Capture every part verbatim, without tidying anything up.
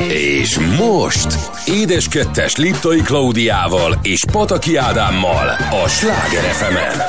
És most Édes Kettes Liptai Klaudiával és Pataki Ádámmal a Sláger ef emen.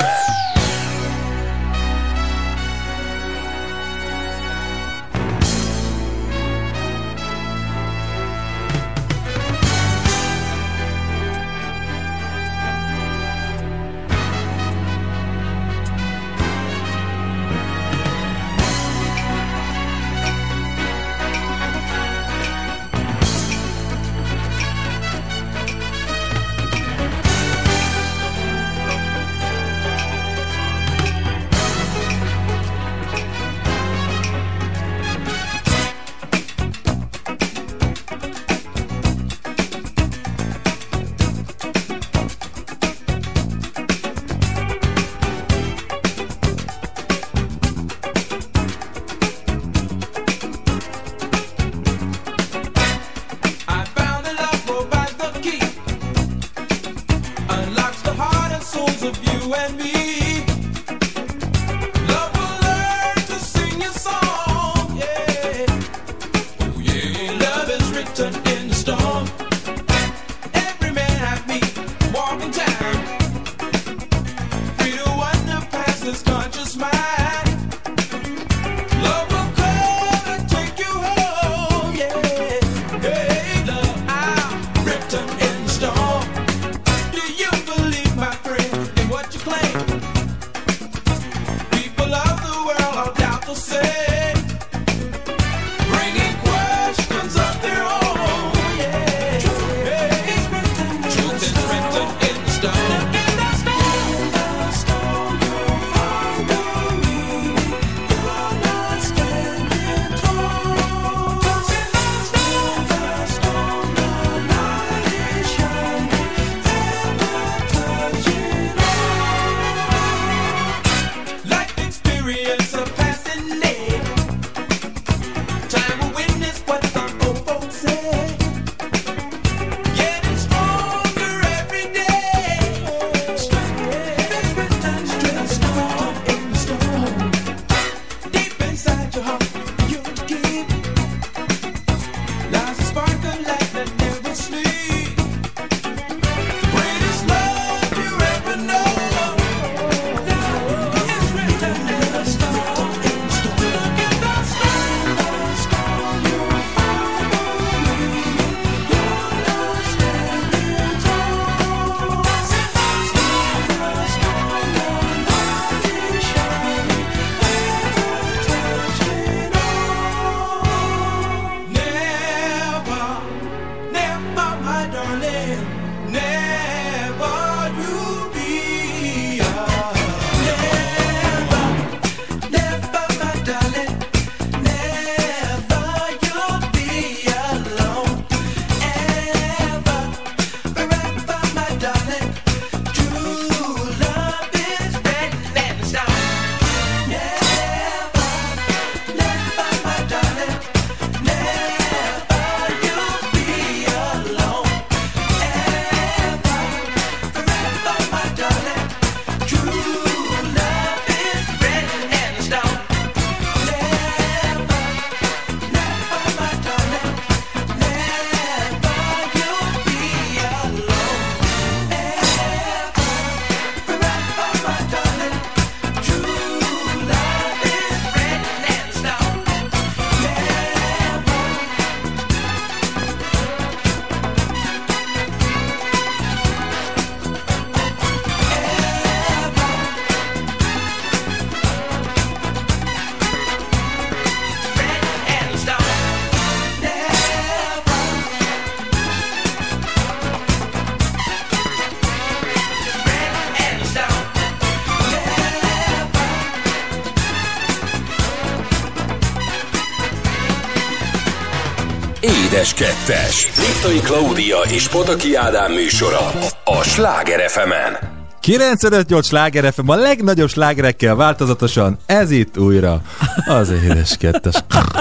Édes Kettes. Liptai Klaudia és Pataki Ádám műsora a Sláger ef emen. kilencvenöt nyolc Sláger ef em, a legnagyobb slágerekkel változatosan, ez itt újra az Édes Kettes.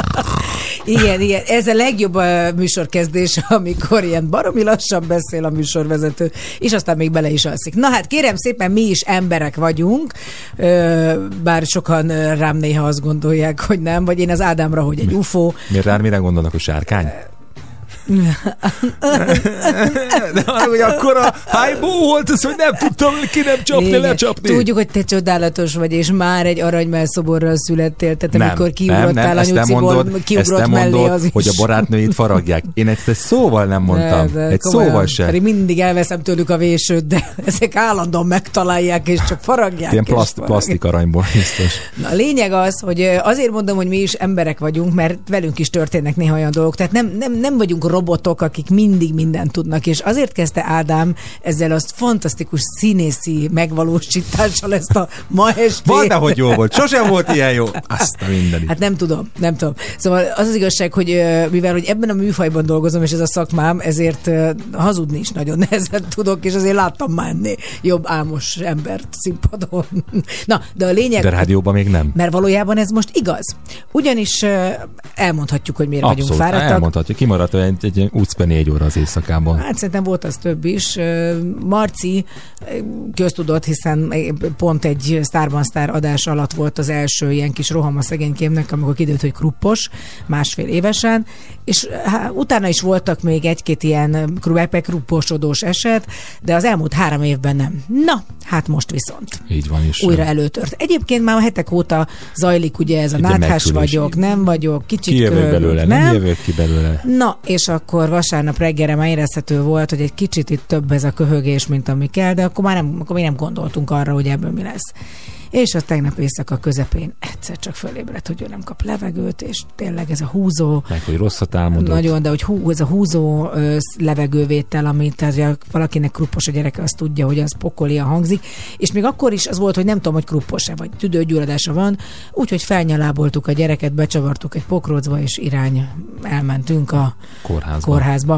Igen, igen, ez a legjobb a műsorkezdés, amikor ilyen baromi lassan beszél a műsorvezető, és aztán még bele is alszik. Na hát kérem szépen, mi is emberek vagyunk, bár sokan rám néha azt gondolják, hogy nem, vagy én az Ádámra, hogy egy ufó. Miért rám mire gondolnak, hogy sárkány? De arra, hogy akkor a hájbó volt az, hogy nem tudtam ki nem csapni, Igen. lecsapni. Tudjuk, hogy te csodálatos vagy, és már egy aranymelszoborral születtél, tehát Nem, amikor nem, kiugrottál nem, a ezt nem nyuciból, mondod, ezt kiugrott nem mellé mondod, az is. hogy a barátnőit faragják. Én ezt egy szóval nem mondtam. De, de egy komolyan, szóval sem. Pedig mindig elveszem tőlük a vésőt, de ezek állandóan megtalálják, és csak faragják. Ilyen és plaszt, faragják. plastik aranyból biztos. Na, a lényeg az, hogy azért mondom, hogy mi is emberek vagyunk, mert velünk is történnek néha olyan dolgok. Tehát nem, nem, nem vagyunk robotok, akik mindig mindent tudnak, és azért kezdte Ádám ezzel az fantasztikus színészi megvalósítással ezt a ma estét. Van, de hogy jó volt. Sosem volt ilyen jó. Azt a mindenit. Hát nem tudom, nem tudom. Szóval az az igazság, hogy ö, mivel hogy ebben a műfajban dolgozom, és ez a szakmám, ezért ö, hazudni is nagyon nehezen tudok, és azért láttam már ennél jobb álmos embert színpadon. Na, de a lényeg... De rádióban még nem. Mert valójában ez most igaz. Ugyanis ö, elmondhatjuk, hogy miért Abszolút, vagyunk fáradtak. elmondhatja. Kimaradt egy, egy úcszpe négy óra az éjszakában. Hát szerintem volt az több is. Ö, Marci ö, köztudott, hiszen pont egy Sztárban Sztár adás alatt volt az első ilyen kis roham a szegénykémnek, amikor kiderült, hogy kruppos, másfél évesen, és há, utána is voltak még egy-két ilyen krupposodós eset, de az elmúlt három évben nem. Na, hát most viszont. Így van is. Újra előtört. Egyébként már a hetek óta zajlik ugye ez a náthás vagyok, nem vagyok, kicsit kijövök köhögök, belőle, nem? nem jövök ki belőle. Na, és akkor vasárnap reggelre már érezhető volt, hogy egy kicsit itt több ez a köhögés, mint ami kell, de akkor már nem, akkor mi nem gondoltunk arra, hogy ebből mi lesz. És a tegnap éjszaka közepén egyszer csak fölébredt, hogy ő nem kap levegőt, és tényleg ez a húzó... Meg, hogy rosszat álmodott. Nagyon, de hogy hú, ez a húzó ö, levegővétel, amit tehát, valakinek kruppos a gyereke, azt tudja, hogy az pokolian hangzik, és még akkor is az volt, hogy nem tudom, hogy kruppos-e, vagy tüdőgyulladása van, úgyhogy felnyaláboltuk a gyereket, becsavartuk egy pokrócba, és irány elmentünk a kórházba. kórházba.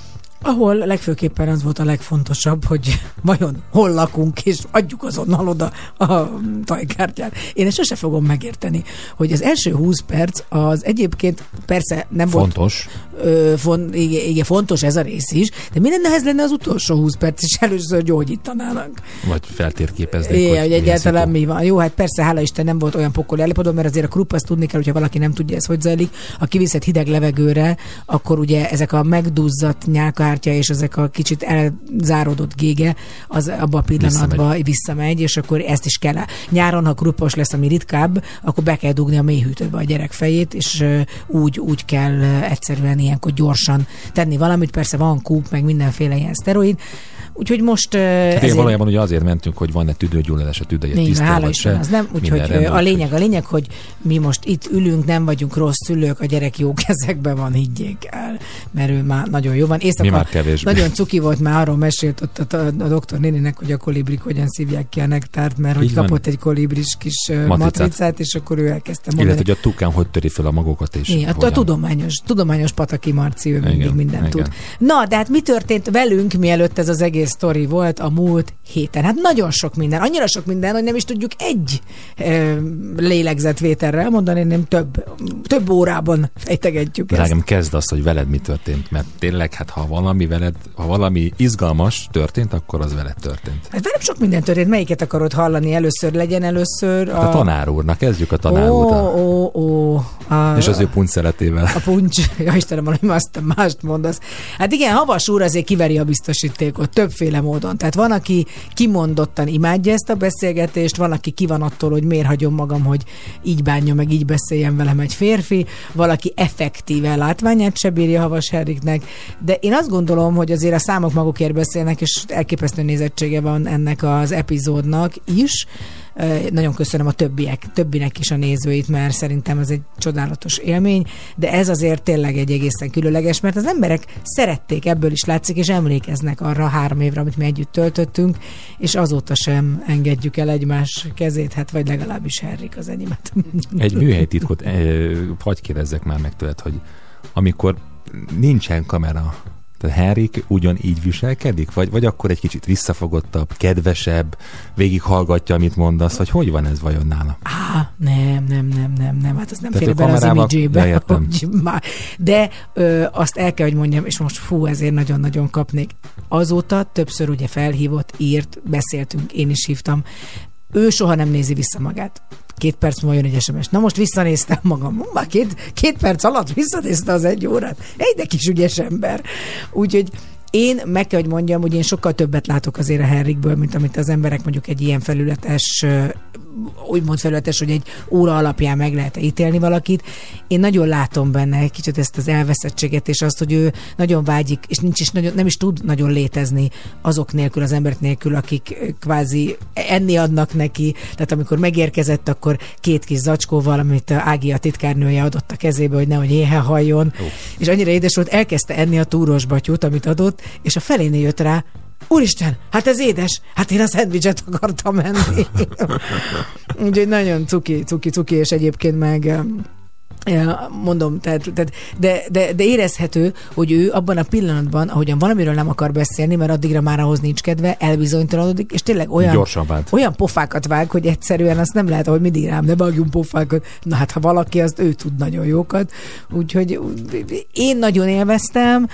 Ahol legfőképpen az volt a legfontosabb, hogy vajon hol lakunk, és adjuk azonnal oda a tajkártyát. Én ezt sose fogom megérteni, hogy az első húsz perc az egyébként persze nem fontos. volt... Ö, fon, igen, igen, fontos ez a rész is, de mi lenne, ez lenne az utolsó húsz perc, és először gyógyítanának. Vagy feltérképeznék, igen, hogy egyáltalán szitu. mi van. Jó, hát persze, hála Isten nem volt olyan pokoli állapotban, mert azért a krupp, azt tudni kell, hogyha valaki nem tudja, ez hogy zajlik, ha kiviszed hideg levegőre, akkor ugye ezek a megduzzadt nyálkahártya és ezek a kicsit elzáródott gége, az abban a pillanatban visszamegy. visszamegy, és akkor ezt is kell. Nyáron, ha kruppos lesz, ami ritkább, akkor be kell dugni a mélyhűtőbe a gyerek fejét, és úgy, úgy kell egyszerűen ilyenkor gyorsan tenni valamit. Persze van kúp, meg mindenféle ilyen szteroid. Úgyhogy most... Hát ezért... valójában ugye azért mentünk, hogy van-e tüdőgyulladás, a tüdeje tiszta, hála vagy Isten, se. az nem. Úgyhogy a lényeg, a lényeg, hogy mi most itt ülünk, nem vagyunk rossz szülők, a gyerek jó kezekben van, higgyék el, mert ő már nagyon jó van. Éjszaka mi már kevésbé. Nagyon cuki volt, már arról mesélt ott a, a, a doktor néninek, hogy a kolibrik hogyan szívják ki a nektárt, mert hogy kapott egy kolibris kis matricát, matricát, és akkor ő elkezdte mondani. Illetve, hogy a tukán hogy töri fel a magokat is. Igen, a tudományos, tudományos Pataki Marci, ő mindig mindent tud. Na, de hát mi történt velünk, mielőtt ez az egész sztori volt a múlt héten? Hát nagyon sok minden, annyira sok minden, hogy nem is tudjuk egy e, lélegzetvételre mondani, nem több, több órában fejtegetjük ezt. Drágám, kezd azt, hogy veled mi történt, mert tényleg, hát ha valami veled, ha valami izgalmas történt, akkor az veled történt. Hát velem sok minden történt, melyiket akarod hallani? Először legyen először a... A tanár úrnak, kezdjük a tanár ó, úrral. Ó, ó, a... És az ő puncs szeretével. A puncs, ja Istenem, valami azt mást mondasz. Hát igen, Havas úr azért kiveri a biztosítékot többféle módon. Tehát van, aki kimondottan imádja ezt a beszélgetést, van, aki ki van attól, hogy miért hagyom magam, hogy így bánja, meg így beszéljen velem egy férfi, valaki effektíve látványát se bírja Havas Henriknek, de én azt gondolom, hogy azért a számok magukért beszélnek, és elképesztő nézettsége van ennek az epizódnak is. Nagyon köszönöm a többiek, többinek is a nézőit, mert szerintem ez egy csodálatos élmény, de ez azért tényleg egy egészen különleges, mert az emberek szerették, ebből is látszik, és emlékeznek arra a három évre, amit mi együtt töltöttünk, és azóta sem engedjük el egymás kezét, hát vagy legalábbis Henrik az enyémet. Egy műhelytitkot eh, hadd kérdezzek már meg tőled, hogy amikor nincsen kamera, tehát Henrik ugyanígy viselkedik? Vagy, vagy akkor egy kicsit visszafogottabb, kedvesebb, végighallgatja, amit mondasz, vagy hogy van ez vajon nála? Á, nem, nem, nem, nem, nem, hát az nem tehát fér bele az imidzsébe. Ja, de ö, azt el kell, hogy mondjam, és most fú, ezért nagyon-nagyon kapnék. Azóta többször ugye felhívott, írt, beszéltünk, én is hívtam. ő soha nem nézi vissza magát. Két perc múlva jön egy es em es. Na most visszanéztem magam. Már két, két perc alatt visszanézte az egy órát. Egy de kis ügyes ember. Úgyhogy én meg kell, hogy mondjam, hogy én sokkal többet látok azért a Henrikből, mint amit az emberek mondjuk egy ilyen felületes, úgymond felületes, hogy egy óra alapján meg lehet ítélni valakit. Én nagyon látom benne egy kicsit ezt az elveszettséget, és azt, hogy ő nagyon vágyik, és nincs is nagyon, nem is tud nagyon létezni azok nélkül, az emberek nélkül, akik kvázi enni adnak neki. Tehát amikor megérkezett, akkor két kis zacskóval, amit Ági a titkárnője adott a kezébe, hogy nehogy éhen halljon. Oh. És annyira édes volt, elkezdte enni a túros batyút, amit adott, és a felénél jött rá, úristen, hát ez édes, hát én a szendvicset akartam enni. Úgyhogy nagyon cuki, cuki, cuki, és egyébként meg mondom, tehát, tehát, de, de, de érezhető, hogy ő abban a pillanatban, ahogyan valamiről nem akar beszélni, mert addigra már ahhoz nincs kedve, elbizonytalanodik, és tényleg olyan, olyan pofákat vág, hogy egyszerűen azt nem lehet, ahogy mindig rám, ne vágjunk pofákat. Na hát, ha valaki, azt ő tud nagyon jókat. Úgyhogy én nagyon élveztem.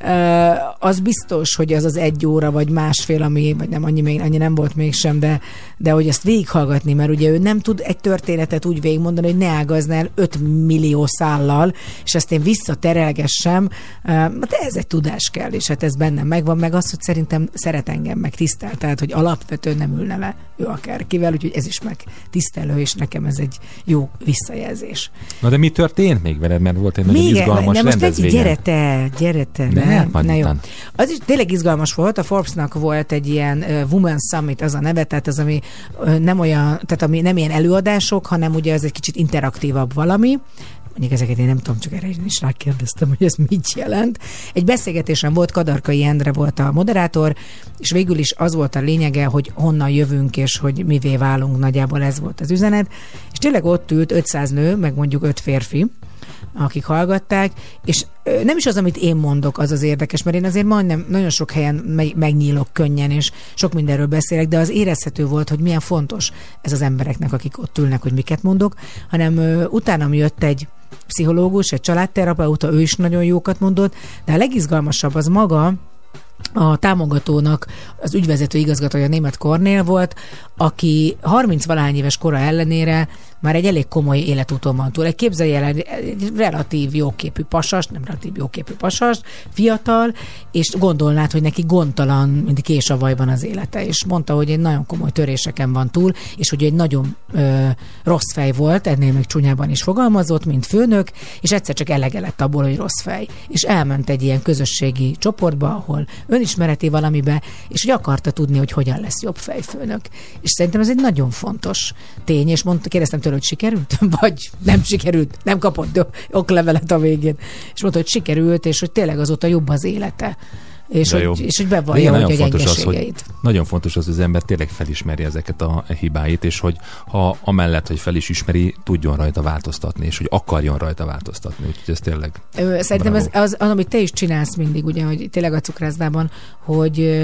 Az biztos, hogy az az egy óra, vagy másfél, ami, vagy nem, annyi, még, annyi nem volt mégsem, de, de hogy ezt végighallgatni, mert ugye ő nem tud egy történetet úgy végigmondani, hogy ne ágazna el öt millió szállal, és ezt én visszaterelgessem, de ez egy tudás kell, és hát ez bennem megvan, meg az, hogy szerintem szeret engem, meg tisztel, tehát, hogy alapvetően nem ülne le ő akárkivel, úgyhogy ez is meg tisztelő, és nekem ez egy jó visszajelzés. Na de mi történt még veled, mert volt egy nagyon még izgalmas rendezvény. Gyere te, gyere te. De nem, jó. Az is tényleg izgalmas volt, a Forbesnak volt egy ilyen uh, Women Summit, az a neve, tehát az, ami uh, nem olyan, tehát ami nem ilyen előadások, hanem ugye az egy kicsit interaktívabb valami. Mondjuk ezeket én nem tudom, csak erre is rákérdeztem, hogy ez mit jelent. Egy beszélgetésen volt, Kadarkai Endre volt a moderátor, és végül is az volt a lényege, hogy honnan jövünk, és hogy mivé válunk, nagyjából ez volt az üzenet. És tényleg ott ült ötszáz nő, meg mondjuk öt férfi, akik hallgatták, és nem is az, amit én mondok, az az érdekes, mert én azért majdnem nagyon sok helyen megnyílok könnyen, és sok mindenről beszélek, de az érezhető volt, hogy milyen fontos ez az embereknek, akik ott ülnek, hogy miket mondok, hanem uh, utánam jött egy pszichológus, egy családterapeuta, ő is nagyon jókat mondott, de a legizgalmasabb az maga a támogatónak az ügyvezető igazgatója, Németh Kornél volt, aki harminc-valahány éves kora ellenére már egy elég komoly életúton van túl. Egy képzelj el, egy relatív jóképű pasast, nem relatív jóképű pasast, fiatal, és gondolnád, hogy neki gondtalan, mint kés a vajban az élete. És mondta, hogy egy nagyon komoly töréseken van túl, és hogy egy nagyon ö, rossz fej volt, ennél még csúnyában is fogalmazott, mint főnök, és egyszer csak elege lett abból, hogy rossz fej. És elment egy ilyen közösségi csoportba, ahol önismereti valamibe, és hogy akarta tudni, hogy hogyan lesz jobb fejfőnök. És szerintem ez egy nagyon fontos tény, és mondta, kérdeztem tőle, hogy sikerült, vagy nem sikerült, nem kapott oklevelet a végén. És mondta, hogy sikerült, és hogy tényleg azóta jobb az élete. És hogy, és hogy bevallja, hogy a gyengeségeit. Nagyon fontos az, hogy az ember tényleg felismeri ezeket a hibáit, és hogy ha amellett, hogy fel is ismeri, tudjon rajta változtatni, és hogy akarjon rajta változtatni. Úgyhogy ez tényleg Ö, Szerintem ez, az, az, amit te is csinálsz mindig, ugye, hogy tényleg a cukrászdában, hogy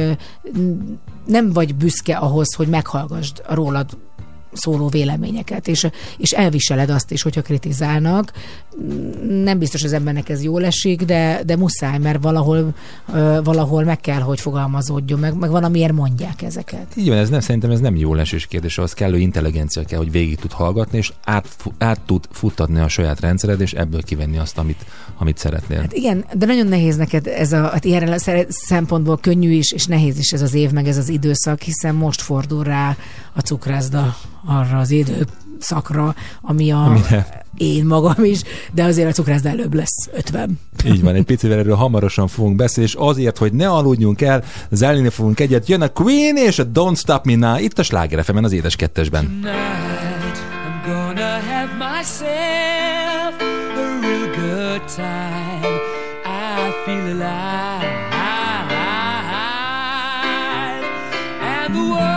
nem vagy büszke ahhoz, hogy meghallgassd a rólad szóló véleményeket, és, és elviseled azt is, hogyha kritizálnak. Nem biztos az embernek ez jól esik, de, de muszáj, mert valahol, uh, valahol meg kell, hogy fogalmazódjon, meg, meg valamiért mondják ezeket. Így van, ez nem, szerintem ez nem jól esés kérdés, az kellő intelligencia kell, hogy végig tud hallgatni, és át, át tud futtatni a saját rendszered, és ebből kivenni azt, amit, amit szeretnél. Hát igen, de nagyon nehéz neked ez a, hát ilyen szempontból könnyű is, és nehéz is ez az év, meg ez az időszak, hiszen most fordul rá a cukrászda arra az időszakra, ami a Amire? én magam is, de azért a cukrászda előbb lesz ötven. Így van, egy picivel erről hamarosan fogunk beszélni, és azért, hogy ne aludjunk el, zárni fogunk egyet, jön a Queen és a Don't Stop Me Now, itt a Sláger ef emen az Édes Kettesben. Tonight I'm gonna have myself a real good time. I feel alive. And the world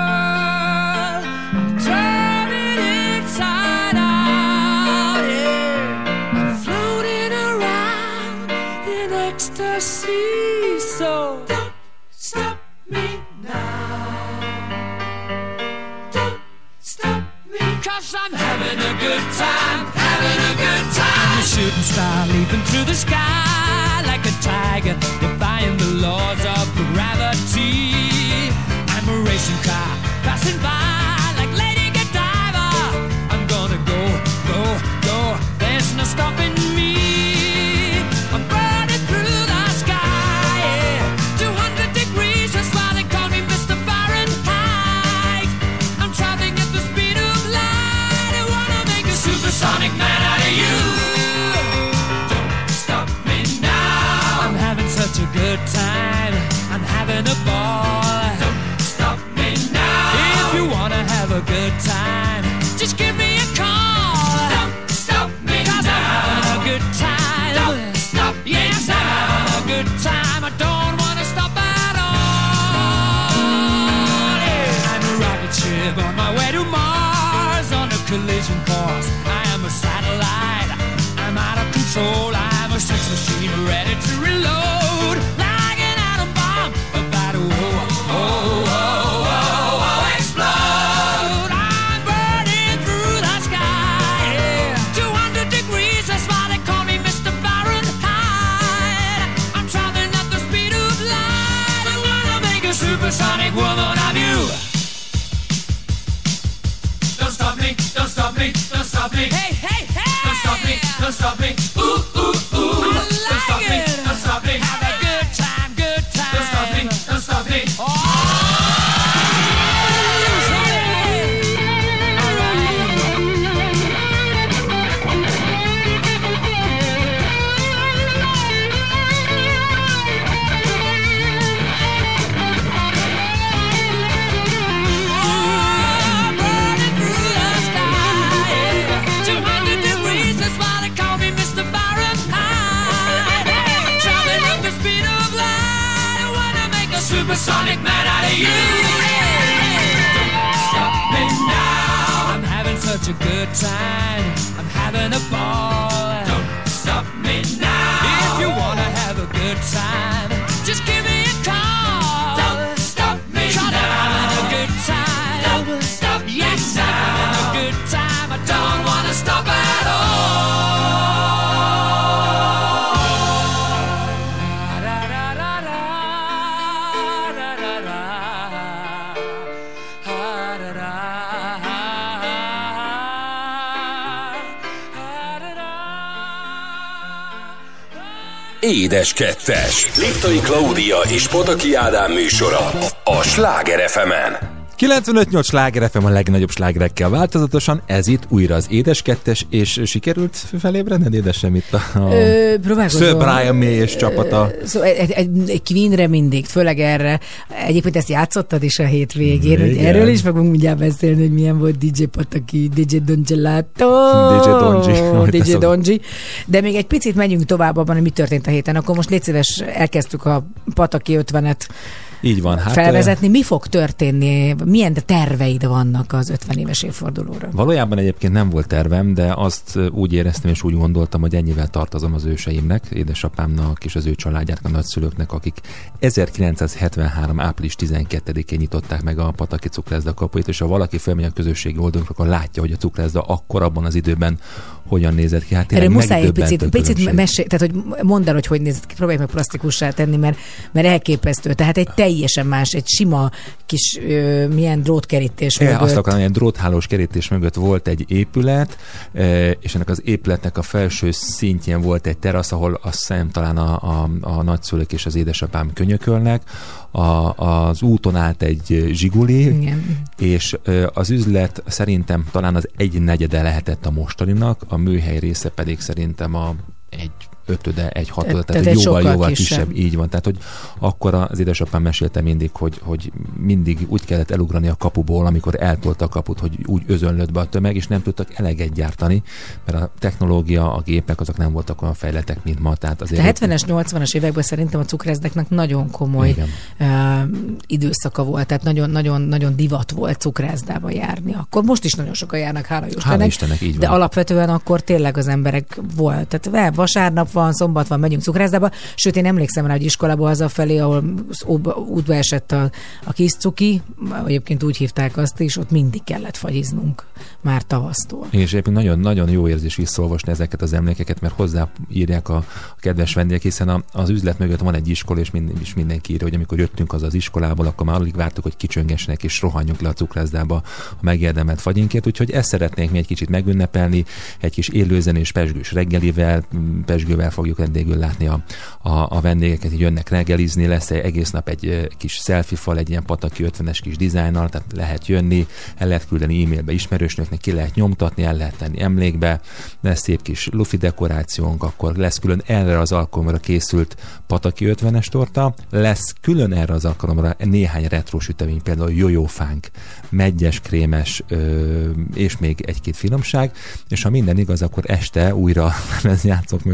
ecstasy, so don't stop me now. Don't stop me, 'cause I'm having a good time, having a good time. I'm a shooting star leaping through the sky like a tiger, defying the laws of gravity. I'm a racing car passing by like collision course. I am a satellite, I'm out of control. I'm a sex machine ready to reload. Like an atom bomb about to oh, oh, oh, oh, oh, explode. I'm burning through the sky, yeah. two hundred degrees, that's why they call me Mister Fahrenheit. I'm traveling at the speed of light. I wanna make a supersonic woman of you. Don't stop me, don't stop me, don't stop me. Hey, hey, hey! Don't stop me, don't stop me. Ooh, ooh, ooh. I like don't stop it. me, don't stop me. Have a good time, good time. Don't stop me, don't stop me. Oh! Supersonic man out of you. Don't stop me now. I'm having such a good time. I'm having a ball. Don't stop me now. If you wanna have a good time, just give me a call. Don't stop me now. I'm having a good time. Don't stop me yes, now. I'm having a good time. I don't wanna stop at all. Édes Kettes. Liptai Klaudia és Pataki Ádám műsora a Sláger ef emen. kilencvenöt nyolc Sláger ef em a legnagyobb slágerekkel változatosan, ez itt újra az Édes Kettes, és sikerült felébredned édesem itt a, a Sir Brian May és csapata? Szóval egy, egy, egy Queenre mindig, főleg erre. Egyébként ezt játszottad is a hétvégén, hogy erről is fogunk mindjárt beszélni, hogy milyen volt dé dzsé Pataki, dé dzsé Don Gelato, dé dzsé Donji. dé dzsé Donji. De még egy picit menjünk tovább abban, hogy mi történt a héten. Akkor most légy szíves, elkezdtük a Pataki ötvenet így van, hát felvezetni. Mi fog történni? Milyen terveid vannak az ötven éves évfordulóra? Valójában egyébként nem volt tervem, de azt úgy éreztem és úgy gondoltam, hogy ennyivel tartozom az őseimnek, édesapámnak és az ő családjának, a nagyszülőknek, akik ezerkilencszázhetvenhárom április tizenkettedikén nyitották meg a Pataki cukrászda kapuit, és ha valaki felmegy a közösségi oldalunkra, akkor látja, hogy a cukrászda akkor abban az időben hogyan nézett ki. Hát erről muszáj egy picit, picit mesélj, tehát hogy mondd el, hogy hogy nézett ki, próbálj meg plastikussá tenni, mert, mert elképesztő. Tehát egy teljesen más, egy sima kis ö, milyen drótkerítés mögött. Azt akarom, ilyen dróthálós kerítés mögött volt egy épület, és ennek az épületnek a felső szintjén volt egy terasz, ahol azt hiszem talán a, a, a nagyszülők és az édesapám könyökölnek. A, az úton állt egy zsiguli, igen. És az üzlet szerintem talán az egy negyede lehetett a mostaninak, a műhely része pedig szerintem a egy ötöde, egy hatoda, tehát, tehát egy jóval-jóval kisebb. kisebb. Így van. Tehát, hogy akkor az édesapám mesélte mindig, hogy, hogy mindig úgy kellett elugrani a kapuból, amikor eltolta a kaput, hogy úgy özönlött be a tömeg, és nem tudtak eleget gyártani, mert a technológia, a gépek azok nem voltak olyan fejletek, mint ma. Tehát azért a hetvenes, nyolcvanas években szerintem a cukrászdeknek nagyon komoly uh, időszaka volt, tehát nagyon, nagyon, nagyon divat volt cukrászdába járni. Akkor most is nagyon sokan járnak, hála Istennek. Hála Istennek, így van. De alapvetően akkor tényleg az emberek volt. Tehát vasárnap van, szombat van, megyünk cukrászdába. Sőt, én emlékszem rá, hogy iskolába hazafelé, ahol útba esett a, a kis cuki, egyébként úgy hívták azt is, ott mindig kellett fagyiznunk már tavasztól. És egyébként nagyon-nagyon jó érzés visszaolvasni ezeket az emlékeket, mert hozzáírják a, a kedves vendégek, hiszen a, az üzlet mögött van egy iskola, és, minden, és mindenki írja, hogy amikor jöttünk az az iskolából, akkor már alig vártuk, hogy kicsöngessenek, és rohanjunk le a cukrászdába a megérdemelt fagyinkért. Úgyhogy ezt szeretnénk mi egy kicsit megünnepelni, egy kis élőzenés pezsgős reggelivel, pezsgővel fogjuk vendégül látni a, a, a vendégeket, hogy jönnek reggelizni, lesz egy, egész nap egy kis selfie fal, egy ilyen Pataki ötvenes kis dizájnnal, tehát lehet jönni, el lehet küldeni e-mailbe ismerősnöknek, ki lehet nyomtatni, el lehet tenni emlékbe, lesz szép kis lufi dekorációnk, akkor lesz külön erre az alkalomra készült Pataki ötvenes torta, lesz külön erre az alkalomra néhány retro sütemény, például jójófánk, meggyes, krémes, ö, és még egy-két finomság, és ha minden igaz, akkor este újra játszok mögé állok,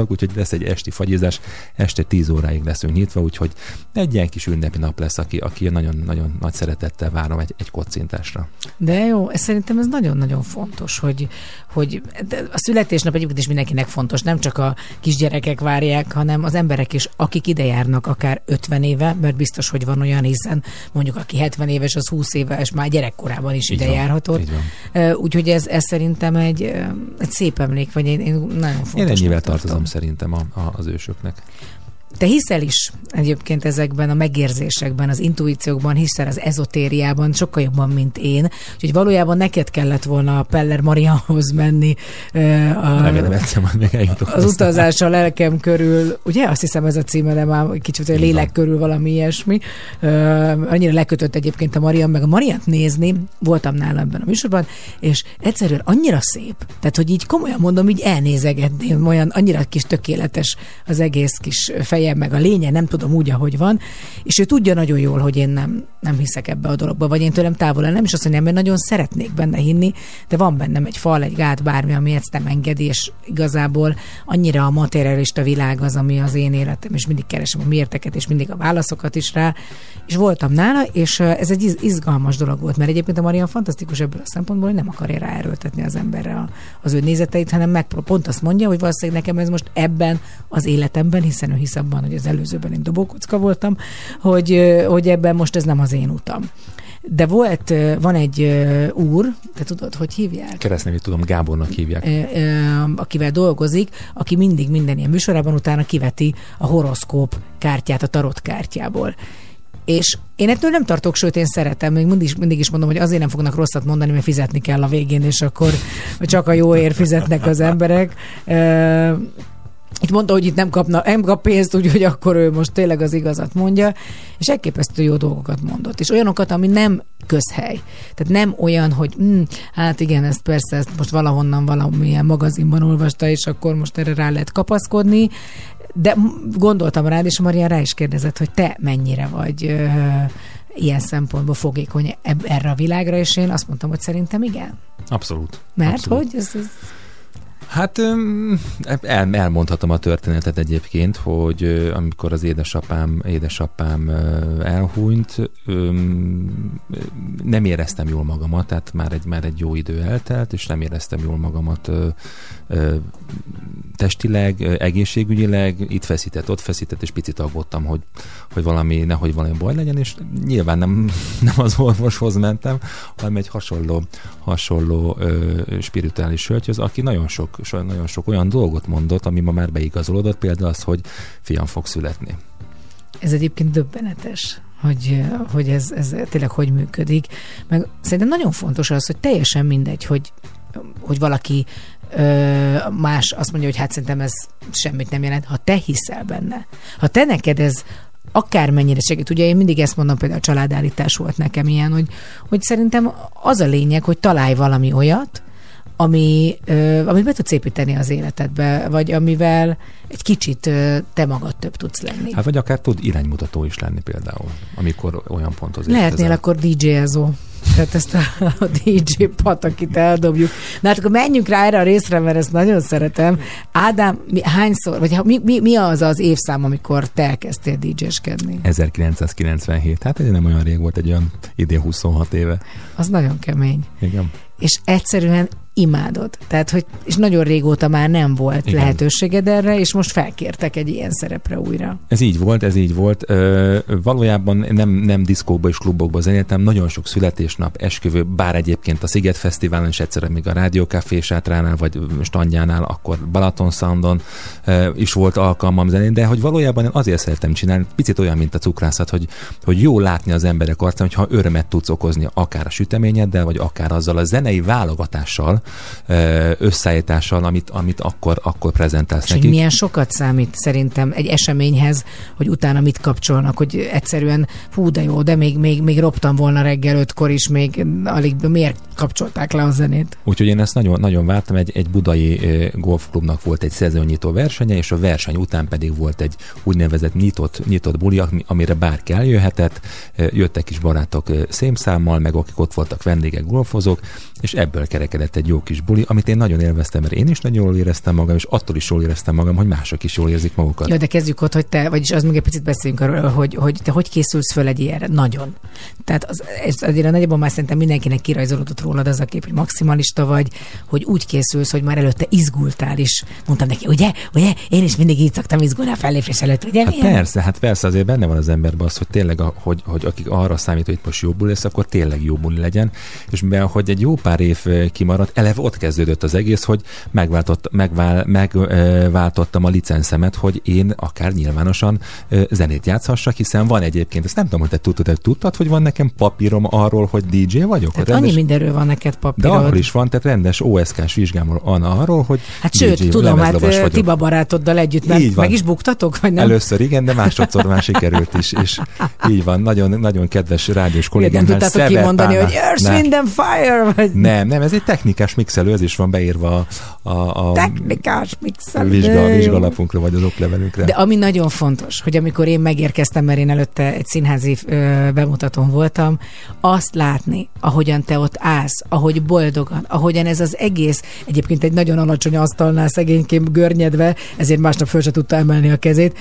vannak, úgyhogy lesz egy esti fagyizás, este tíz óráig leszünk nyitva, úgyhogy egy ilyen kis ünnepi nap lesz, aki, aki nagyon-nagyon nagy szeretettel várom egy, egy kocintásra. De jó, ez szerintem ez nagyon-nagyon fontos, hogy, hogy a születésnap egyébként is mindenkinek fontos, nem csak a kisgyerekek várják, hanem az emberek is, akik ide járnak akár ötven éve, mert biztos, hogy van olyan, hiszen mondjuk aki hetven éves, az húsz éves, már gyerekkorában is ide járhatott. Úgyhogy ez, ez szerintem egy, egy szép emlék, vagy én, én nagyon fontos. Én ennyivel tartozom szerintem a, a, az ősöknek. Te hiszel is egyébként ezekben a megérzésekben, az intuíciókban, hiszel az ezotériában sokkal jobban, mint én. Úgyhogy valójában neked kellett volna a Peller Marianhoz menni. A, Remélem, egyszer majd még eljutok. Az utazás a lelkem körül, ugye? Azt hiszem ez a címe, de már kicsit a lélek körül valami ilyesmi. Annyira lekötött egyébként a Marian, meg a Mariant nézni, voltam nála ebben a műsorban, és egyszerűen annyira szép. Tehát, hogy így komolyan mondom, így elnézegetném, olyan annyira kis tökéletes az egész kis fejem, meg a lénye, nem tudom úgy, ahogy van, és ő tudja nagyon jól, hogy én nem, nem hiszek ebbe a dologba, vagy én tőlem távol nem is azt mondjam, mert nagyon szeretnék benne hinni, de van bennem egy fal, egy gát, bármi, ami ezt nem engedi, és igazából annyira a materialista világ az, ami az én életem, és mindig keresem a miérteket, és mindig a válaszokat is rá, és voltam nála, és ez egy izgalmas dolog volt, mert egyébként a Marian fantasztikus ebből a szempontból, hogy nem akarja ráerőltetni az emberre az ő nézeteit, hanem megpróbál, pont azt mondja, hogy valószínűleg nekem ez most ebben az életemben, hiszen ő hisz abban, hogy az előzőben én dobókocka voltam, hogy, hogy ebben most ez nem az én utam. De volt, van egy úr, te tudod, hogy hívják? Keresztnevét tudom, Gábornak hívják. Akivel dolgozik, aki mindig minden ilyen műsorában utána kiveti a horoszkóp kártyát a tarot kártyából. És én ettől nem tartok, sőt, én szeretem, még mindig, mindig is mondom, hogy azért nem fognak rosszat mondani, mert fizetni kell a végén, és akkor csak a jóért fizetnek az emberek. Itt mondta, hogy itt nem, kapna, nem kap pénzt, úgyhogy akkor ő most tényleg az igazat mondja, és elképesztő jó dolgokat mondott. És olyanokat, ami nem közhely. Tehát nem olyan, hogy hm, hát igen, ezt persze, ezt most valahonnan valamilyen magazinban olvasta, és akkor most erre rá lehet kapaszkodni, de gondoltam rád, és Marian rá is kérdezett, hogy te mennyire vagy ö, ilyen szempontból fogékony erre a világra, és én azt mondtam, hogy szerintem igen. Abszolút. Mert Abszolút. hogy ez... ez Hát el, elmondhatom a történetet egyébként, hogy amikor az édesapám, édesapám elhunyt, nem éreztem jól magamat, tehát már egy, már egy jó idő eltelt, és nem éreztem jól magamat testileg, egészségügyileg, itt feszített, ott feszített, és picit aggódtam, hogy, hogy valami, nehogy valami baj legyen, és nyilván nem, nem az orvoshoz mentem, hanem egy hasonló, hasonló spirituális hölgyhöz, aki nagyon sok nagyon sok olyan dolgot mondott, ami ma már beigazolódott, például az, hogy fiam fog születni. Ez egyébként döbbenetes, hogy, hogy ez, ez tényleg hogy működik. Meg szerintem nagyon fontos az, hogy teljesen mindegy, hogy, hogy valaki ö, más azt mondja, hogy hát szerintem ez semmit nem jelent. Ha te hiszel benne, ha te neked ez akármennyire segít. Ugye én mindig ezt mondom, például a családállítás volt nekem ilyen, hogy, hogy szerintem az a lényeg, hogy találj valami olyat, ami, ö, amit be tudsz építeni az életedbe, vagy amivel egy kicsit ö, te magad több tudsz lenni. Hát vagy akár tud iránymutató is lenni például, amikor olyan ponthoz érkezel. Lehetnél akkor dé dzsé-ezó. Tehát ezt a, a dé dzsé patakit eldobjuk. Na hát akkor menjünk rá erre a részre, mert ezt nagyon szeretem. Ádám, mi, hányszor, vagy mi, mi, mi az az évszám, amikor te elkezdtél dé dzséskedni? ezerkilencszázkilencvenhét. Hát ez nem olyan rég volt, egy olyan idén huszonhat éve. Az nagyon kemény. Igen. És egyszerűen imádod. Tehát, hogy és nagyon régóta már nem volt igen. lehetőséged erre, és most felkértek egy ilyen szerepre újra. Ez így volt, ez így volt. Ö, valójában nem, nem diszkókba és klubokba zenéltem, nagyon sok születésnap, esküvő, bár egyébként a Sziget Fesztiválon és egyszerre még a Rádió Café sátránál, vagy standjánál, akkor Balaton Soundon ö, is volt alkalmam zenélni, de hogy valójában én azért szeretem csinálni, picit olyan, mint a cukrászat, hogy, hogy jó látni az emberek arcán, hogyha örömet tudsz okozni akár a süteményeddel, vagy akár azzal a zenei válogatással, összeállítással, amit, amit akkor, akkor prezentálsz és nekik. Milyen sokat számít szerintem egy eseményhez, hogy utána mit kapcsolnak, hogy egyszerűen hú, de jó, de még, még, még roptam volna reggel ötkor is, még alig miért kapcsolták le a zenét. Úgyhogy én ezt nagyon, nagyon vártam, egy, egy budai golfklubnak volt egy szezonnyitó versenye, és a verseny után pedig volt egy úgynevezett nyitott, nyitott buli, amire bárki eljöhetett, jöttek is barátok szémszámmal, meg akik ott voltak vendégek, golfozók, és ebből kerekedett egy jó kis buli, amit én nagyon élveztem, mert én is nagyon jól éreztem magam, és attól is jól éreztem magam, hogy mások is jól érzik magukat. Jó, de kezdjük ott, hogy te, vagyis az még egy picit beszéljünk arról, hogy, hogy te hogy készülsz föl egy ilyenre? Nagyon. Tehát az, ez azért nagyjából már szerintem mindenkinek kirajzolódott rólad az a kép, hogy maximalista vagy, hogy úgy készülsz, hogy már előtte izgultál is. Mondtam neki, ugye, ugye, én is mindig így szoktam izgulni a fellépés előtt, ugye? Hát persze, hát persze, azért benne van az emberben az, hogy tényleg, a, hogy, hogy akik arra számít, hogy itt most jó buli lesz, akkor tényleg jó buli legyen, és mivel, hogy egy jó pár év kimaradt, eleve ott kezdődött az egész, hogy megváltott, megvál, megváltottam a licencemet, hogy én akár nyilvánosan zenét játszhassak, hiszen van egyébként, ezt nem tudom, hogy te tudtad, te tudtad, hogy van nekem papírom arról, hogy dé dzsé vagyok? Tehát rendes, annyi mindenről van neked papírod. de arról is van, tehát rendes ó es ká-s vizsgámon van arról, hogy hát dé dzsé, sőt, tudom, hát Tiba vagyok. barátoddal együtt, mert meg is buktatok, vagy nem? Először igen, de másodszor már sikerült is, és így van, nagyon, nagyon kedves rádiós kollégám. Nem tudtátok kimondani, hogy Earth, Wind and Fire, vagy... Nem, nem, ez egy technikás mixelő, ez is van beírva a, a, a technikás mixelő. Vizsga, vizsgalapunkra, vagy az oklevelünkre. De ami nagyon fontos, hogy amikor én megérkeztem, mert én előtte egy színházi ö, bemutatón voltam, azt látni, ahogyan te ott állsz, ahogy boldogan, ahogyan ez az egész, egyébként egy nagyon alacsony asztalnál szegényként görnyedve, ezért másnap föl se tudta emelni a kezét,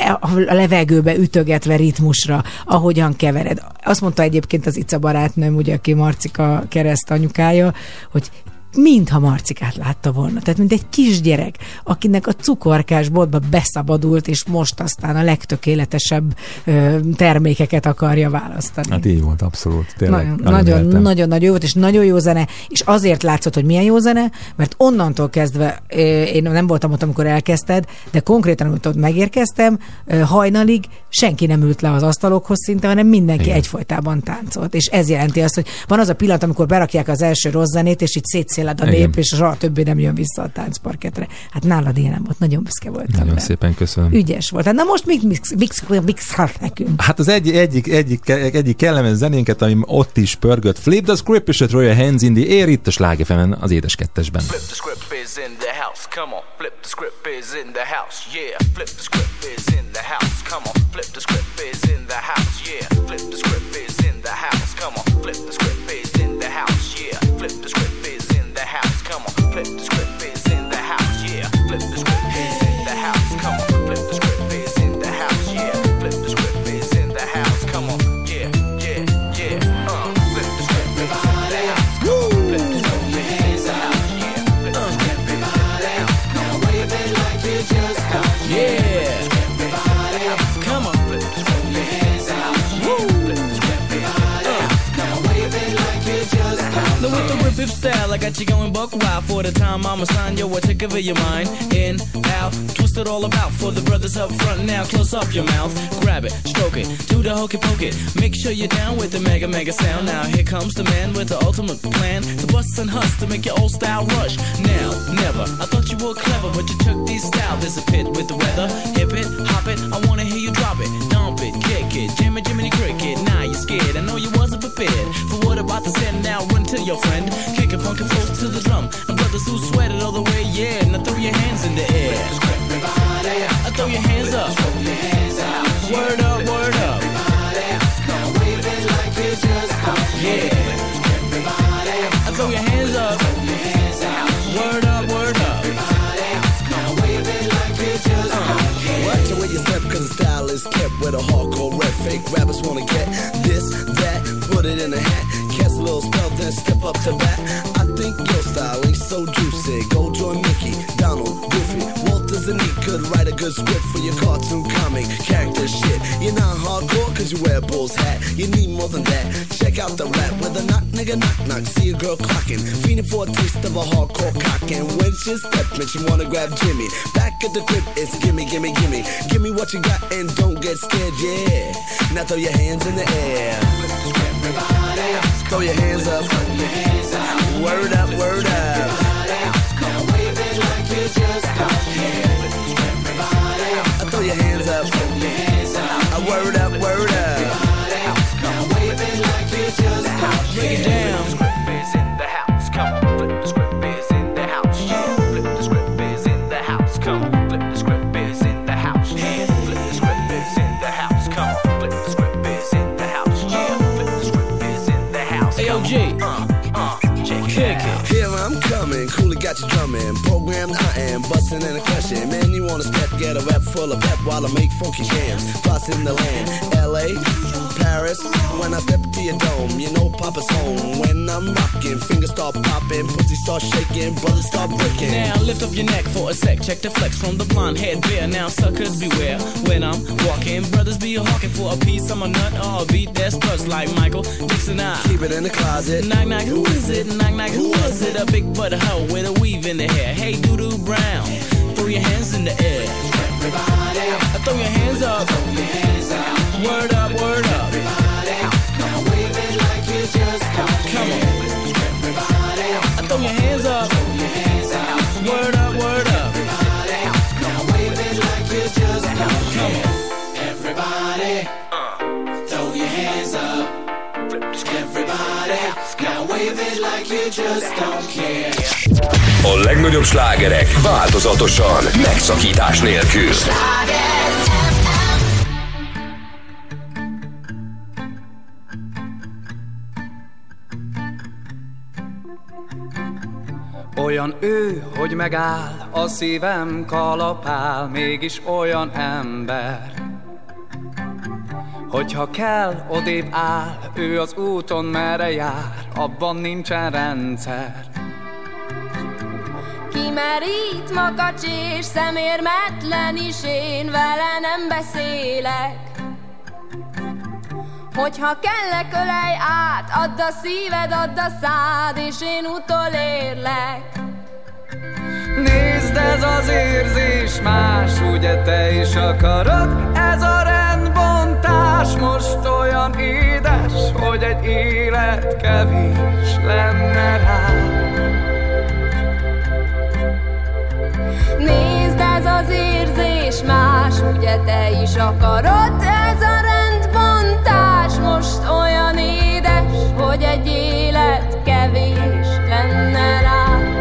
a levegőbe ütögetve ritmusra, ahogyan kevered. Azt mondta egyébként az Ica barátnőm, ugye, aki Marcika kereszt anyukája, hogy mintha Marcikát látta volna. Tehát mint egy kisgyerek, akinek a cukorkás boltba beszabadult, és most aztán a legtökéletesebb ö, termékeket akarja választani. Hát így volt, abszolút. Tényleg, Nagyon-nagyon jó volt, és nagyon jó zene, és azért látszott, hogy milyen jó zene, mert onnantól kezdve, én nem voltam ott, amikor elkezdted, de konkrétan, amikor ott megérkeztem, hajnalig senki nem ült le az asztalokhoz szinte, hanem mindenki igen. egyfolytában táncolt. És ez jelenti azt, hogy van az a pillanat, amikor berakják az első rossz zenét, és így szétszéled a nép, igen. és soha többé nem jön vissza a táncparketre. Hát nálad ilyen nem volt, nagyon büszke voltam. Nagyon be. szépen köszönöm. Ügyes volt. Na most mix, mix, mix, mix nekünk. Hát az egy, egyik, egyik, egyik kellemes zenénket, ami ott is pörgött. Flip the script és throw your hands in the air, itt a Sláger ef emen az édes kettesben. Flip the script is in the house, come on. Flip the script is in the house, yeah. Flip the script is in the house, come on. Flip the script is in the house, yeah. Flip the script is in the house, come on. Flip the script is in the house, yeah. Flip the script is in the house, come on. Flip the script is in the house, yeah. Flip the script is in the house, come on. Flip the script is in the house, yeah. Flip the script is in the house, come on. Yeah, yeah, yeah. Uh, flip the script is in the house. Flip the script is in the house, yeah. Flip the script is in the house. Now wave it like you just got. Yeah. Come on. Flip the script is in the house. Flip the script is in the house. Now wave it like you just got. Now with the rip style, I got you going buck wild. For the time I'ma sign yo, what take over your mind. In, out, twist it all about. For the brothers up front now, close up your mouth. Grab it, stroke it, do the hokey poke it. Make sure you're down with the mega mega sound. Now here comes the man with the ultimate plan. To bust and hust to make your old style rush. Now, never, I thought you were clever, but you took these style. There's a pit with the weather. Hip it, hop it, I wanna hear you drop it. Dump it, kick it, jam it, Jiminy Cricket. Now you're scared, I know you wasn't prepared. For what about to send now, run to your friend. Kick it, funky close to the drum. And brothers who sweat it all the way, yeah. Now throw your hands in the air. I throw your hands up. Word up, word up. Now wave it like you just got. Yeah. I throw your hands up. Word up, word up. Now wave it like you just got. Watch the way you step, cause the style is kept with a hardcore rap. Fake rappers wanna get this, that, put it in a hat. Cast a little spell, then step up to bat. I think your style ain't so juicy. Go join Mickey, Donald, Goofy, Walter Zanique could write a good script for your cartoon comic character shit. You're not hardcore cause you wear a bull's hat. You need more than that. Check out the rap with a knock, nigga, knock, knock. See a girl clocking, feeding for a taste of a hardcore cocking. When she stepping, she wanna grab Jimmy. Back at the crib, it's gimme, gimme, gimme. Give me what you got and don't get scared, yeah. Now throw your hands in the air. Throw your hands up. Word up, word up. Now wave it like you just got here. Throw your hands up. Word up, word up. Now wave it like you just got here. Break it down. Flip the script is in the house. Come on. Flip the script is in the house. Yeah. Flip the script is in the house. Come on. Flip the script is in the house. Yeah. Flip the script is in the house. Come on. Flip the script is in the house. Yeah. Flip the script is in the house. A O G. Uh, uh, kick it. Here I'm coming. coming, coolly got you drumming. Programmed I am, busting in a question. Man, you wanna step, get a rep full of pep while I make funky jams. Busting the land, L A, Paris. When I step into your dome, you know Papa's home. When I'm rocking, fingers start popping, pussy start shaking, brothers start breaking. Now lift up your neck for a sec, check the flex from the blonde head bear. Now suckers beware when I'm walking. Brothers be hawking for a piece of my nut or a beat that's clutch like Michael Jackson. I keep it in the closet. Knock knock, who is it? Knock knock, who was it? A big butt hoe with a weave in the hair. Hey doo-doo brown, throw your hands in the air. Everybody, throw your hands up. Throw your hands out. Word up, word up. Everybody, now wave it like you just don't Come on. Everybody, throw your hands up. Throw your hands out. Word up, word up. Everybody, now wave it like you just don't Come on. Everybody, uh, throw your hands up. Everybody, now wave it like you just don't care. A legnagyobb slágerek változatosan, megszakítás nélkül. Olyan ő, hogy megáll, a szívem kalapál, mégis olyan ember. Hogyha kell, odébb áll, ő az úton merre jár, abban nincsen rendszer. Kimerít makacs és szemérmetlen is, én vele nem beszélek. Hogyha kellek, ölej át, add a szíved, add a szád, és én utolérlek. Nézd, ez az érzés más, ugye te is akarod? Ez a rendbontás most olyan édes, hogy egy élet kevés lenne rá. Nézd, ez az érzés más, ugye te is akarod? Ez a rendbontás most olyan édes, hogy egy élet kevés lenne rá.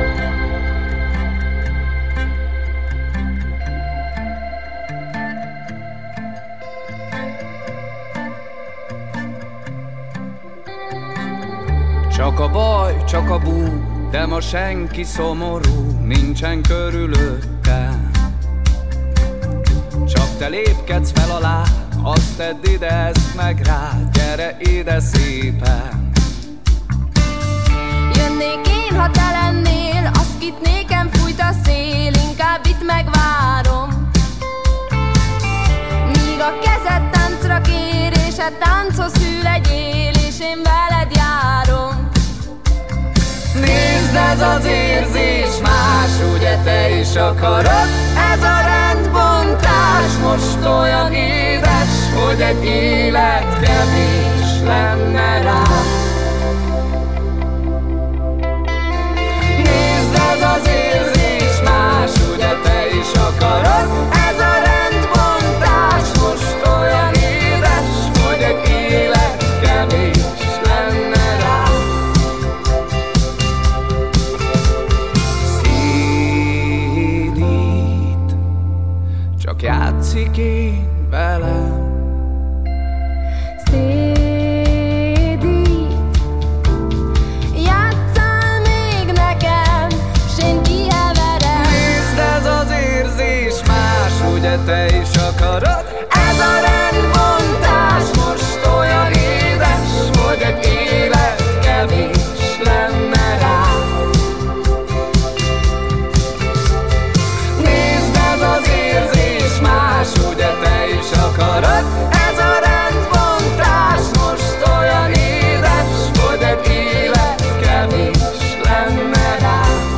Csak a baj, csak a bú, de ma senki szomorú, nincsen körülöttem. Csak te lépkedsz fel alá, azt tedd ide, ezt meg rád, gyere ide szépen. Jönnék én, ha te lennél, azt kit nékem fújt a szél, inkább itt megvárom. Míg a kezed táncra kér, és a tánchoz hű legyél, és én veled járom. Nézd, ez az érzés más, ugye te is akarod? Ez a rendbontás most olyan édes, hogy egy élet kevés lenne rá. Nézd, ez az érzés más, ugye te is akarod? Ez a rendbontás most olyan édes, hogy egy élet kevés lenne rá. Csak játszik én velem. Szédít, játsszál még nekem, s én kiheverem. Nézd, ez az érzés más, ugye te is akarod? Ez a rendbontás most olyan édes, hogy egy élet kevés lenne rá. Nézd, ez az érzés más, ugye te is akarod? Ez a rendbontás most olyan édes, hogy egy élet kevés lenne rá.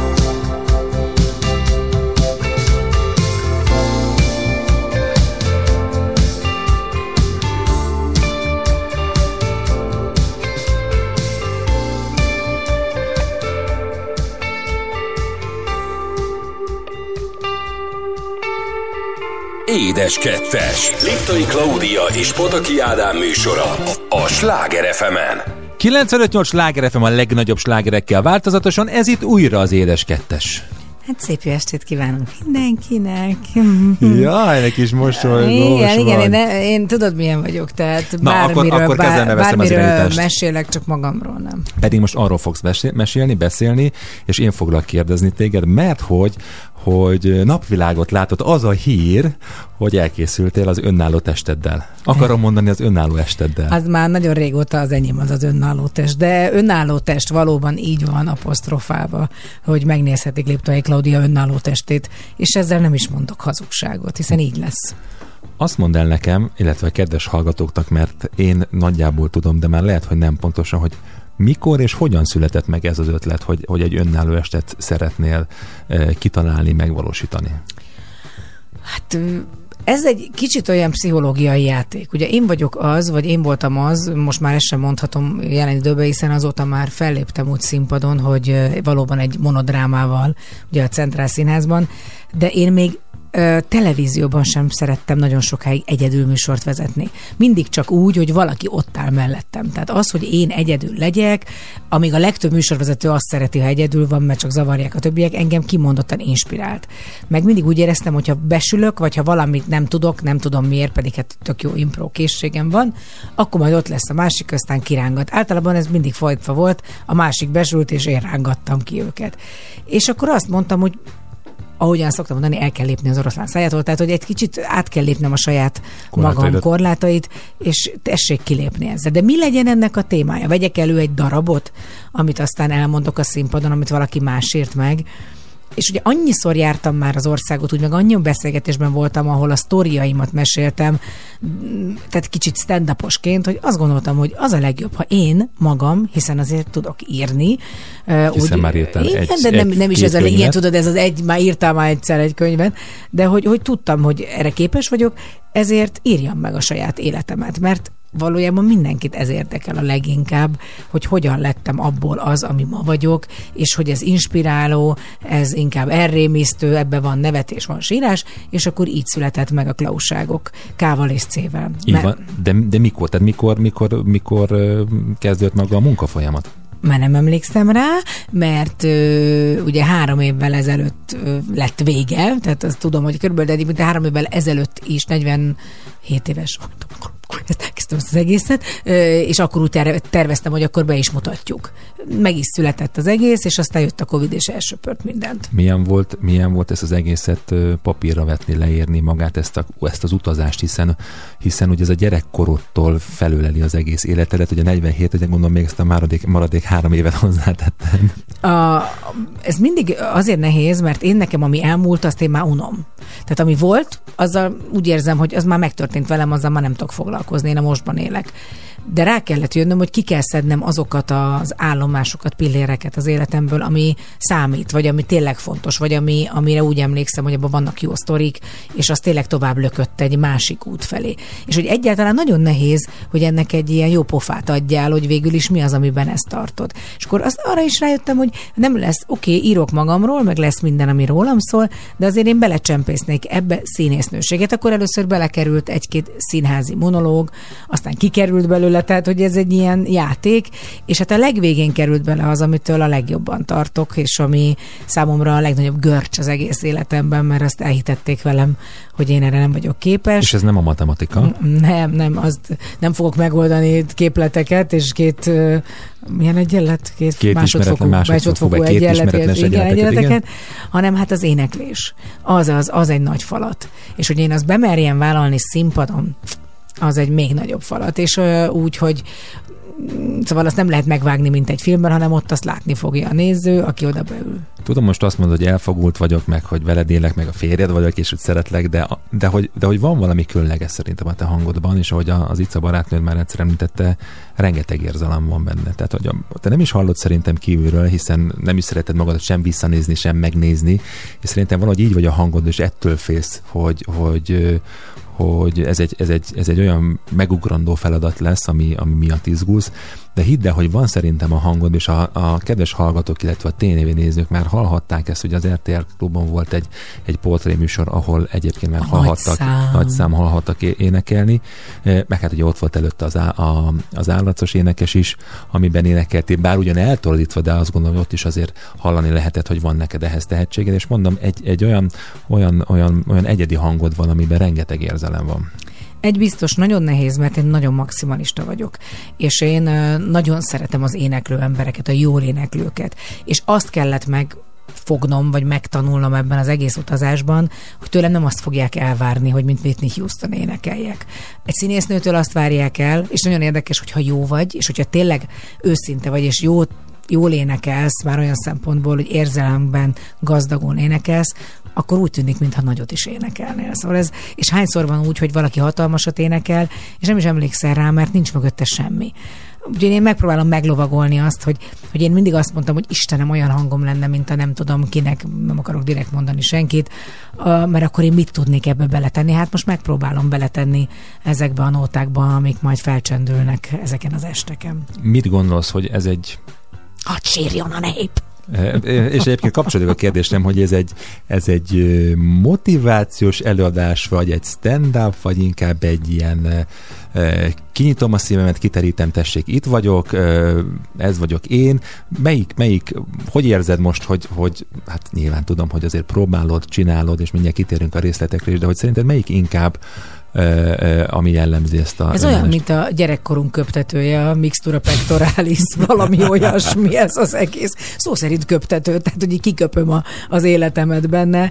Édes kettes. Liptai Klaudia és Pataki Ádám műsora a Sláger ef emen. kilencvenöt nyolc Sláger ef em a legnagyobb slágerekkel változatosan, ez itt újra az Édes kettes. Hát szép jó estét kívánunk mindenkinek. Jaj, neki is mosolygós Igen, igen, vagy. én, én tudod milyen vagyok, tehát Na, bármiről, akkor, akkor bár, bármiről az mesélek, csak magamról nem. Pedig most arról fogsz mesélni, beszélni, és én foglak kérdezni téged, mert hogy hogy napvilágot látott az a hír, hogy elkészültél az önálló testeddel. Akarom mondani az önálló esteddel. Az már nagyon régóta az enyém, az az önálló test, de önálló test valóban így van apostrofálva, hogy megnézhetik Liptai Klaudia önálló testét, és ezzel nem is mondok hazugságot, hiszen így lesz. Azt mondd el nekem, illetve a kedves hallgatóknak, mert én nagyjából tudom, de már lehet, hogy nem pontosan, hogy mikor és hogyan született meg ez az ötlet, hogy, hogy egy önálló estet szeretnél e, kitalálni, megvalósítani? Hát ez egy kicsit olyan pszichológiai játék. Ugye én vagyok az, vagy én voltam az, most már ezt sem mondhatom jelen időben, hiszen azóta már felléptem úgy színpadon, hogy valóban egy monodrámával, ugye a Centrál Színházban, de én még televízióban sem szerettem nagyon sokáig egyedül műsort vezetni. Mindig csak úgy, hogy valaki ott áll mellettem. Tehát az, hogy én egyedül legyek, amíg a legtöbb műsorvezető azt szereti, ha egyedül van, mert csak zavarják a többiek, engem kimondottan inspirált. Meg mindig úgy éreztem, hogyha besülök, vagy ha valamit nem tudok, nem tudom miért, pedig hát tök jó impró készségem van, akkor majd ott lesz a másik, aztán kirángat. Általában ez mindig fordítva volt, a másik besült, és én rángattam ki őket. És akkor azt mondtam, hogy ahogyan szoktam mondani, el kell lépni az oroszlán szájától, tehát hogy egy kicsit át kell lépnem a saját magam korlátait, és tessék kilépni ezzel. De mi legyen ennek a témája? Vegyek elő egy darabot, amit aztán elmondok a színpadon, amit valaki más írt meg. És ugye annyiszor jártam már az országot, úgy meg annyi beszélgetésben voltam, ahol a sztoriaimat meséltem, tehát kicsit stand-uposként, hogy azt gondoltam, hogy az a legjobb, ha én magam, hiszen azért tudok írni. Hiszen úgy, már írtál igen, egy, de nem, egy nem is ez a könyvet. lényeg, tudod, ez az egy, már írtam már egyszer egy könyvet, de hogy, hogy tudtam, hogy erre képes vagyok, ezért írjam meg a saját életemet, mert valójában mindenkit ez érdekel a leginkább, hogy hogyan lettem abból az, ami ma vagyok, és hogy ez inspiráló, ez inkább elrémisztő, ebben van nevetés, van sírás, és akkor így született meg a Klausságok K-val és C-vel. Így van, de, de mikor? Tehát mikor, mikor, mikor kezdődött maga a munkafolyamat? Már nem emlékszem rá, mert ö, ugye három évvel ezelőtt ö, lett vége, tehát azt tudom, hogy körülbelül, de három évvel ezelőtt is, negyvenhét éves ezt elkezdtem ezt az egészet, és akkor úgy terveztem, hogy akkor be is mutatjuk. Meg is született az egész, és aztán jött a Covid, és elsöpört mindent. Milyen volt, milyen volt ezt az egészet papírra vetni, leírni magát, ezt, a, ezt az utazást, hiszen, hiszen ugye ez a gyerekkorodtól felöleli az egész életedet, ugye negyvenhét, ugye gondolom még ezt a maradék, maradék három évet hozzátettem. A, ez mindig azért nehéz, mert én nekem, ami elmúlt, azt én már unom. Tehát ami volt, azzal úgy érzem, hogy az már megtörtént velem, azzal már nem tudok foglalkozni, én a mostban élek. De rá kellett jönnöm, hogy ki kell szednem azokat az állomásokat, pilléreket az életemből, ami számít, vagy ami tényleg fontos, vagy ami, amire úgy emlékszem, hogy abban vannak jó sztorik, és az tényleg tovább lökött egy másik út felé. És hogy egyáltalán nagyon nehéz, hogy ennek egy ilyen jó pofát adjál, hogy végül is mi az, amiben ezt tartod. És akkor azt arra is rájöttem, hogy nem lesz, oké, okay, írok magamról, meg lesz minden, ami rólam szól, de azért én belecsempésznék ebbe színésznőséget. Akkor először belekerült egy-két színházi monológ, aztán kikerült belőle, tehát hogy ez egy ilyen játék, és hát a legvégén került bele az, amitől a legjobban tartok, és ami számomra a legnagyobb görcs az egész életemben, mert azt elhitették velem, hogy én erre nem vagyok képes. És ez nem a matematika? Nem, nem, azt nem fogok megoldani képleteket, és két milyen egyenlet? Két, két másodfokú, másodfokú két egyenlet, ismeretlen igen, egyenleteket, egyenleteket, hanem hát az éneklés. Az, az, az egy nagy falat. És hogy én azt bemerjem vállalni színpadon, az egy még nagyobb falat, és uh, úgy, hogy szóval azt nem lehet megvágni, mint egy filmben, hanem ott azt látni fogja a néző, aki oda beül. Tudom, most azt mondod, hogy elfogult vagyok, meg hogy veled élek, meg a férjed vagyok, és hogy szeretlek, de, de, hogy, de hogy van valami különleges szerintem a te hangodban, és ahogy az Ica barátnőd már egyszer említette, rengeteg érzelem van benne. Tehát, hogy a, te nem is hallod szerintem kívülről, hiszen nem is szereted magadat sem visszanézni, sem megnézni, és szerintem valahogy így vagy a hangod, és ettől félsz, hogy, hogy hogy ez egy, ez, egy, ez egy olyan megugrandó feladat lesz, ami, ami miatt izgulsz, de hidd el, hogy van szerintem a hangod, és a, a kedves hallgatók, illetve a té vé nézők már hallhatták ezt, hogy az er té er Klubon volt egy, egy portréműsor, ahol egyébként már a hallhattak, nagy szám. nagy szám hallhattak énekelni, meg hát ugye ott volt előtte az, á, a, az állacos énekes is, amiben énekeltél, bár ugyan eltoldítva, de azt gondolom, hogy ott is azért hallani lehetett, hogy van neked ehhez tehetséged, és mondom, egy, egy olyan, olyan, olyan, olyan egyedi hangod van, amiben rengeteg érzelem van. Egy biztos, nagyon nehéz, mert én nagyon maximalista vagyok, és én nagyon szeretem az éneklő embereket, a jól éneklőket, és azt kellett megfognom, vagy megtanulnom ebben az egész utazásban, hogy tőlem nem azt fogják elvárni, hogy mint Whitney Houston énekeljek. Egy színésznőtől azt várják el, és nagyon érdekes, hogyha jó vagy, és hogyha tényleg őszinte vagy, és jó jól énekelsz, már olyan szempontból, hogy érzelemben gazdagon énekelsz, akkor úgy tűnik, mintha nagyot is énekelnél. Szóval ez, és hányszor van úgy, hogy valaki hatalmasat énekel, és nem is emlékszel rá, mert nincs mögötte semmi. Úgyhogy én megpróbálom meglovagolni azt, hogy, hogy én mindig azt mondtam, hogy Istenem, olyan hangom lenne, mint a nem tudom kinek, nem akarok direkt mondani senkit, mert akkor én mit tudnék ebbe beletenni? Hát most megpróbálom beletenni ezekbe a nótákba, amik majd felcsendülnek ezeken az esteken. Mit gondolsz, hogy ez egy... Hadd sírjon a nép! És egyébként kapcsolódik a kérdésem, hogy ez egy, ez egy motivációs előadás, vagy egy stand-up, vagy inkább egy ilyen kinyitom a szívemet, kiterítem, tessék, itt vagyok, ez vagyok én. Melyik, melyik, hogy érzed most, hogy, hogy hát nyilván tudom, hogy azért próbálod, csinálod, és mindjárt kitérünk a részletekre is, de hogy szerinted melyik inkább ami jellemzi ezt a... Ez olyan, mint a gyerekkorunk köptetője, a mixtura pectoralis, valami olyasmi ez az egész. Szó szerint köptető, tehát hogy kiköpöm a, az életemet benne.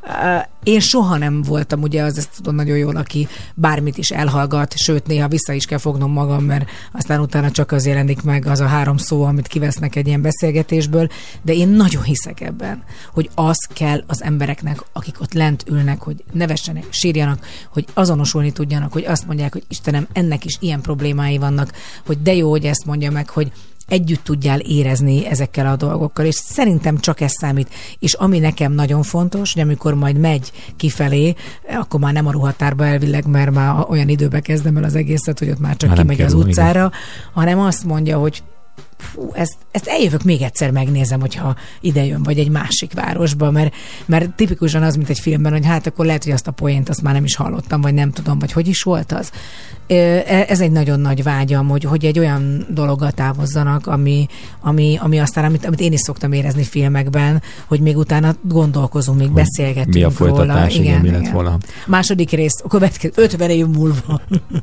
Én soha nem voltam, ugye az, ezt tudom nagyon jól, aki bármit is elhallgat, sőt, néha vissza is kell fognom magam, mert aztán utána csak az jelenik meg az a három szó, amit kivesznek egy ilyen beszélgetésből, de én nagyon hiszek ebben, hogy az kell az embereknek, akik ott lent ülnek, hogy nevessenek, sírjanak, hogy azonosulni tudjanak, hogy azt mondják, hogy Istenem, ennek is ilyen problémái vannak, hogy de jó, hogy ezt mondja meg, hogy együtt tudjál érezni ezekkel a dolgokkal, és szerintem csak ez számít. És ami nekem nagyon fontos, hogy amikor majd megy kifelé, akkor már nem a ruhatárba elvileg, mert már olyan időbe kezdem el az egészet, hogy ott már csak már kimegy az utcára, igen. Hanem azt mondja, hogy fú, ezt, ezt eljövök még egyszer megnézem, hogyha ide jön, vagy egy másik városba, mert, mert tipikusan az, mint egy filmben, hogy hát akkor lehet, hogy azt a poént azt már nem is hallottam, vagy nem tudom, vagy hogy is volt az. Ez egy nagyon nagy vágyam, hogy, hogy egy olyan dologgal távozzanak, ami, ami, ami aztán, amit, amit én is szoktam érezni filmekben, hogy még utána gondolkozunk, még beszélgetünk mi a folytatás, róla. Igen, igen, mi lett volna. Második rész, a következő ötven év múlva.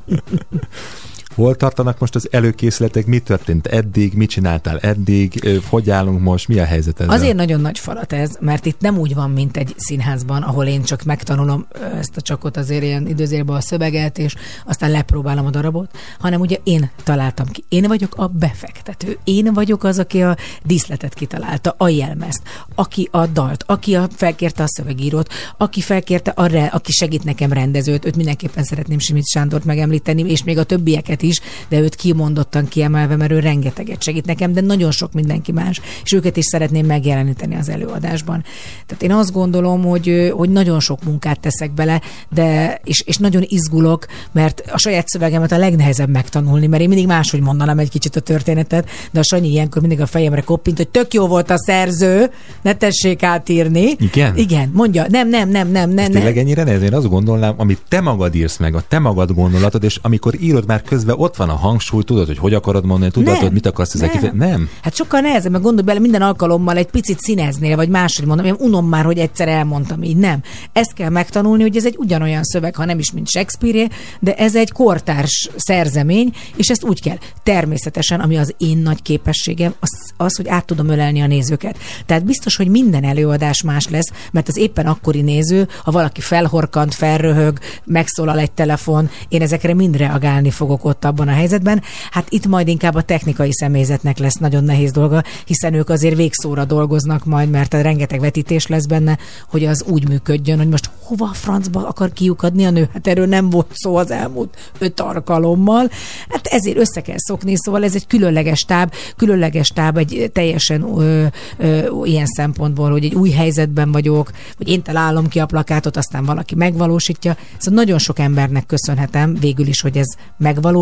Hol tartanak most az előkészületek? Mi történt eddig? Mit csináltál eddig? Hogy állunk most? Mi a helyzet ezzel? Azért nagyon nagy falat ez, mert itt nem úgy van, mint egy színházban, ahol én csak megtanulom ezt a csakot, azért ilyen időzérben a szöveget, és aztán lepróbálom a darabot, hanem ugye én találtam ki. Én vagyok a befektető. Én vagyok az, aki a díszletet kitalálta, a jelmezt, aki a dalt, aki a, felkérte a szövegírót, aki felkérte a re, aki segít nekem rendezőt, őt mindenképpen szeretném Simit Sándort megemlíteni, és még a többieket is, de őt kimondottan kiemelve, mert ő rengeteget segít nekem, de nagyon sok mindenki más, és őket is szeretném megjeleníteni az előadásban. Tehát én azt gondolom, hogy, hogy nagyon sok munkát teszek bele, de, és, és nagyon izgulok, mert a saját szövegemet a legnehezebb megtanulni, mert én mindig máshogy mondanám egy kicsit a történetet, de a Sanyi ilyenkor mindig a fejemre koppint, hogy tök jó volt a szerző, ne tessék átírni. Igen? Igen, mondja, nem, nem, nem, nem, nem. Ez tényleg ennyire nehéz? Én azt gondolnám, amit te magad írsz meg, a te magad gondolatod, és amikor írod már közben ott van a hangsúly, tudod, hogy hogy akarod mondani, tudod, nem, hogy mit akarsz ezzel kifejezni. Nem. Hát sokkal nehezebb, meg gondolj bele, minden alkalommal egy picit színeznél, vagy máshogy mondom, én unom már, hogy egyszer elmondtam így, nem. Ezt kell megtanulni, hogy ez egy ugyanolyan szöveg, ha nem is, mint Shakespeare, de ez egy kortárs szerzemény, és ezt úgy kell. Természetesen, ami az én nagy képességem, az, az, hogy át tudom ölelni a nézőket. Tehát biztos, hogy minden előadás más lesz, mert az éppen akkori néző, ha valaki felhorkant, felröhög, megszólal egy telefon, én ezekre mind reagálni fogok ott abban a helyzetben. Hát itt majd inkább a technikai személyzetnek lesz nagyon nehéz dolga, hiszen ők azért végszóra dolgoznak majd, mert a rengeteg vetítés lesz benne, hogy az úgy működjön, hogy most hova a francba akar kiukadni a nő? Hát erről nem volt szó az elmúlt öt alkalommal. Hát ezért össze kell szokni, szóval ez egy különleges táb, különleges táb egy teljesen ö, ö, ilyen szempontból, hogy egy új helyzetben vagyok, hogy én találom ki a plakátot, aztán valaki megvalósítja. Szóval nagyon sok embernek köszönhetem végül is, hogy ez megvalósul,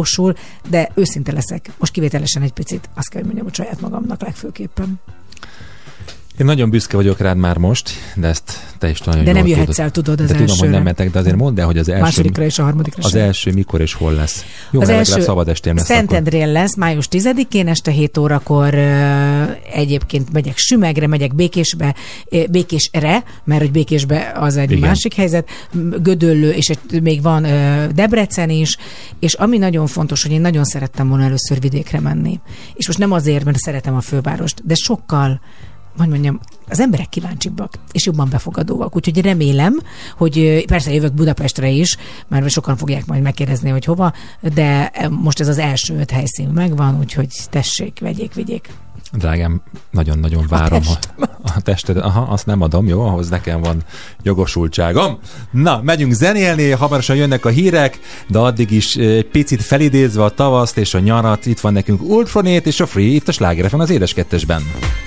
jogosul, de őszinte leszek. Most kivételesen egy picit, azt kell, hogy mondjam, hogy saját magamnak legfőképpen. Én nagyon büszke vagyok rád már most, de ezt te is nagyon de jól nem jöhetsz tudod. el, tudod, az de elsőre. tudom, hogy nem metek, de azért mondd el, hogy az első... Másodikra és a harmadikra Az sem. első mikor és hol lesz. Jó, Az első szabad estén lesz. Szentendrén lesz, május tizedikén este hét órakor. Egyébként megyek Sümegre, megyek Békésbe, Békésre, mert hogy Békésbe az egy Igen. másik helyzet, Gödöllő, és egy, még van Debrecen is, és ami nagyon fontos, hogy én nagyon szerettem volna először vidékre menni. És most nem azért, mert szeretem a fővárost, de sokkal, hogy mondjam, az emberek kíváncsibbak, és jobban befogadóak. Úgyhogy remélem, hogy persze jövök Budapestre is, mert sokan fogják majd megkérdezni, hogy hova, de most ez az első öt helyszín megvan, úgyhogy tessék, vegyék, vigyék. Drágám, nagyon-nagyon várom a, a tested. Aha, azt nem adom, jó? Ahhoz nekem van jogosultságom. Na, megyünk zenélni, hamarosan jönnek a hírek, de addig is egy picit felidézve a tavaszt és a nyarat, itt van nekünk Ultronét és a Free, itt a Sláger ef em az Édes Kettesben.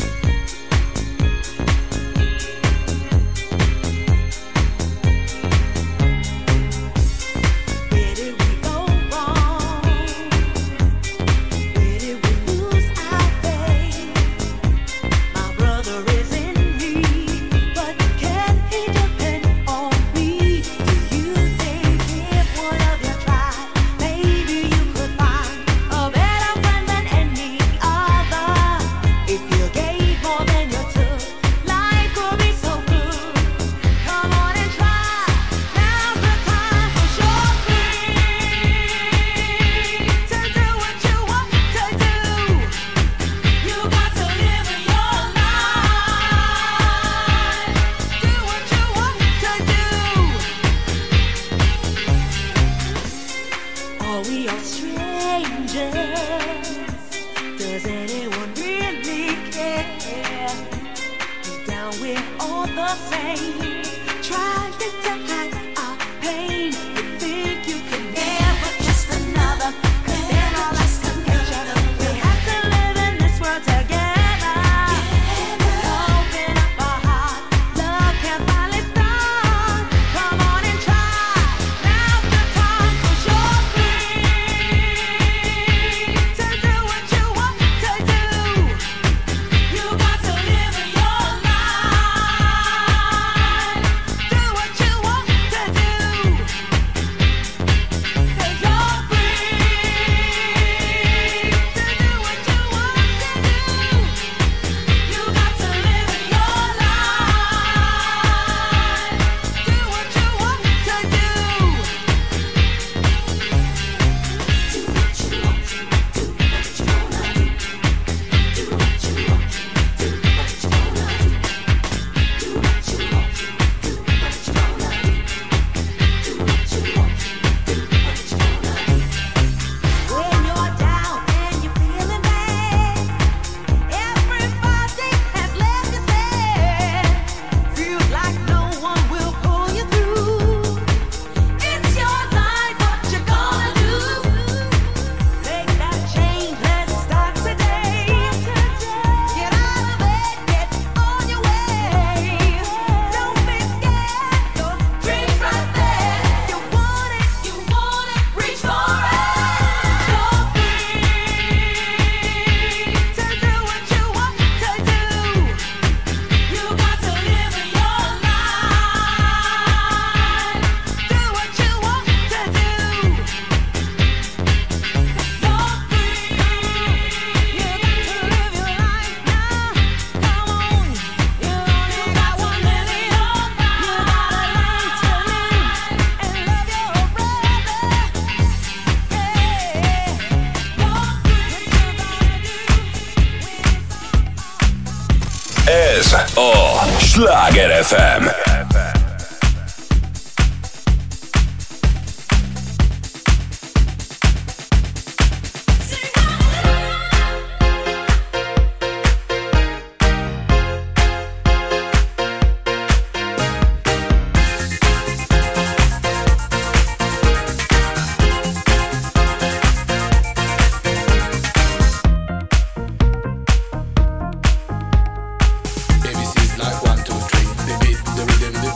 Ez a Sláger ef em. Baby, she's like one, two, three. The beat, the rhythm, the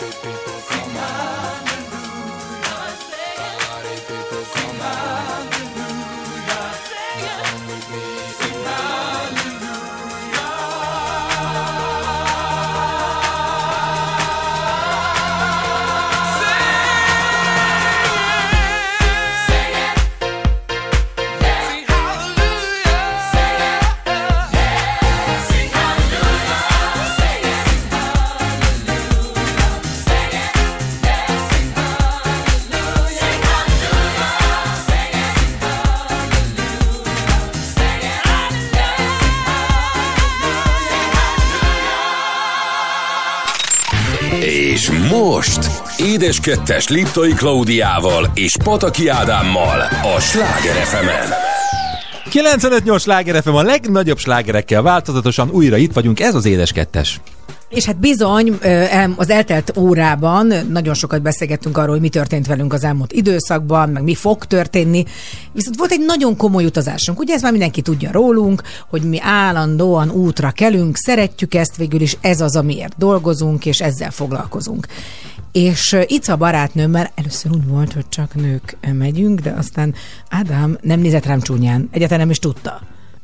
És most Édes Kettes Liptai Klaudiával és Pataki Ádámmal a Sláger ef emen. kilencvenöt nyolc Sláger ef em, a legnagyobb slágerekkel változatosan újra itt vagyunk, ez az Édes Kettes. És hát bizony, az eltelt órában nagyon sokat beszélgettünk arról, hogy mi történt velünk az elmúlt időszakban, meg mi fog történni. Viszont volt egy nagyon komoly utazásunk. Ugye ez már mindenki tudja rólunk, hogy mi állandóan útra kelünk, szeretjük ezt, végül is ez az, amiért dolgozunk, és ezzel foglalkozunk. És itt a barátnőmmel először úgy volt, hogy csak nők megyünk, de aztán Ádám nem nézett rám csúnyán. Egyáltalán nem is tudta.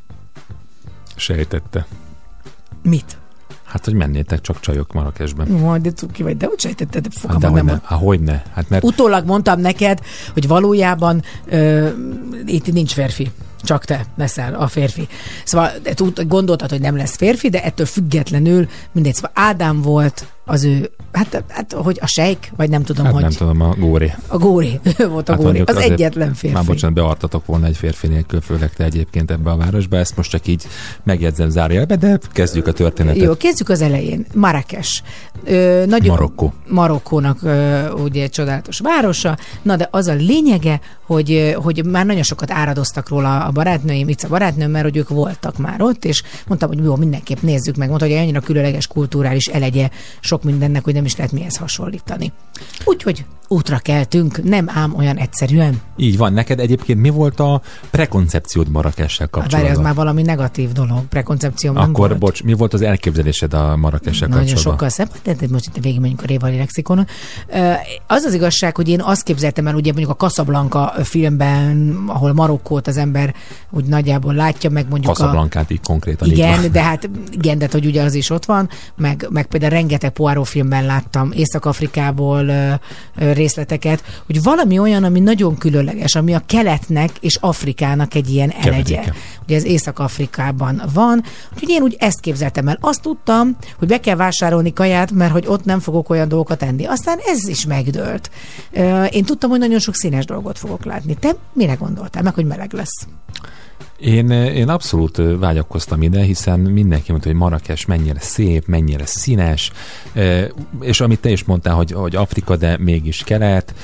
Sejtette. Mit? Hát, hogy mennétek csak csajok Marrakesben. Majd de cuki vagy, de úgy sejtetted, hát de nem. Hogyne, hát hogyne. Hát mert... Utólag mondtam neked, hogy valójában ö, itt nincs férfi. Csak te leszel a férfi. Szóval gondoltad, hogy nem lesz férfi, de ettől függetlenül mindegy. Szóval Ádám volt az ő, hát, hát hogy a sejk, vagy nem tudom, hát hogy... nem tudom, a góri. A góri. Ő volt a hát góri. Az egyetlen férfi. Már bocsánat, beartatok volna egy férfi nélkül, főleg te egyébként ebbe a városba. Ezt most csak így megjegyzem zárójelbe, de kezdjük a történetet. Jó, kezdjük az elején. Marrakes. Ö, nagyon Marokkó. Marokkónak ö, ugye egy csodálatos városa. Na de az a lényege, hogy, hogy már nagyon sokat áradoztak róla a barátnőim, itt a barátnőm, mert hogy ők voltak már ott, és mondtam, hogy jó, mindenképp nézzük meg. Mondta, hogy annyira különleges kulturális elegye sok mindennek, hogy nem is lehet mihez hasonlítani. Úgyhogy útra keltünk, nem ám olyan egyszerűen. Így van. Neked egyébként mi volt a prekoncepciód Marrakessel kapcsolatban? Várj, az már valami negatív dolog. Prekoncepcióm Akkor, volt. bocs, mi volt az elképzelésed a Marrakessel kapcsolatban? Nagyon sokkal szebb, de most itt végig mondjuk a Révali lexikonon. Az az igazság, hogy én azt képzeltem el, ugye mondjuk a Casablanca filmben, ahol Marokkót az ember úgy nagyjából látja, meg mondjuk Casablancát így konkrétan. Igen, de hát igen, de hogy ugye az is ott van, meg, meg például rengeteg Poirot filmben láttam Észak-Afrikából ö, ö, részleteket, hogy valami olyan, ami nagyon különleges, ami a keletnek és Afrikának egy ilyen elegye. Keveréke. Ugye ez Észak-Afrikában van, úgyhogy én úgy ezt képzeltem el. Azt tudtam, hogy be kell vásárolni kaját, mert hogy ott nem fogok olyan dolgokat enni. Aztán ez is megdőlt. Én tudtam, hogy nagyon sok színes dolgot fogok látni. Te mire gondoltál meg, hogy meleg lesz? Én, én abszolút vágyakoztam ide, hiszen mindenki mondta, hogy Marrakes mennyire szép, mennyire színes, és amit te is mondtál, hogy, hogy Afrika, de mégis kelet,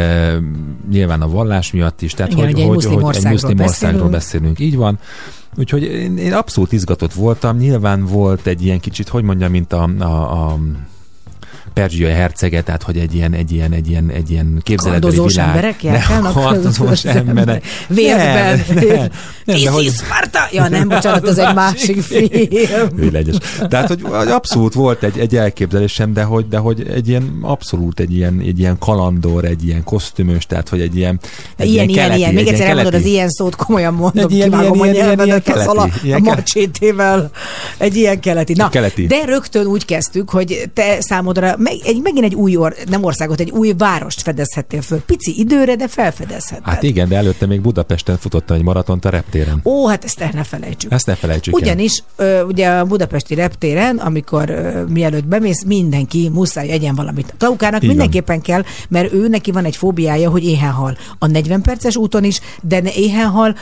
nyilván a vallás miatt is, tehát igen, hogy, egy hogy, muszlim hogy országról, egy muszlim országról beszélünk. beszélünk, így van. Úgyhogy én, én abszolút izgatott voltam, nyilván volt egy ilyen kicsit, hogy mondjam, mint a, a, a Perzsia hercege, tehát hogy egy ilyen, egy ilyen, egy ilyen, egy ilyen képzeletbeli világ. Emberek járkálnak? Kardozós emberek. Vérben. Hogy... Sparta! Ja, nem, bocsánat, az egy másik film. Hűlegyes. Tehát, hogy abszolút volt egy, egy elképzelésem, de hogy, de hogy egy ilyen, abszolút egy ilyen, egy ilyen kalandor, egy ilyen kosztümös, tehát, hogy egy ilyen egy ilyen, ilyen, keleti, ilyen. Még egyszer keleti... elmondod az ilyen szót, komolyan mondom, ilyen, kivágom ilyen, a ilyen, nyelvedet ilyen, azzal a, ilyen, a macsétével. Egy ilyen keleti. Na, keleti. De rögtön úgy kezdtük, hogy te számodra meg, egy, megint egy új, or, nem országot, egy új várost fedezhettél föl. Pici időre, de felfedezhetted. Hát igen, de előtte még Budapesten futottam egy maratont a reptéren. Ó, hát ezt ne felejtsük. Ezt ne felejtsük. Ugyanis ö, ugye a budapesti reptéren, amikor ö, mielőtt bemész, mindenki muszáj egyen valamit. A Klaukának Így mindenképpen van. Kell, mert ő neki van egy fóbiája, hogy éhen hal. A negyven perces úton is, de ne éhen hal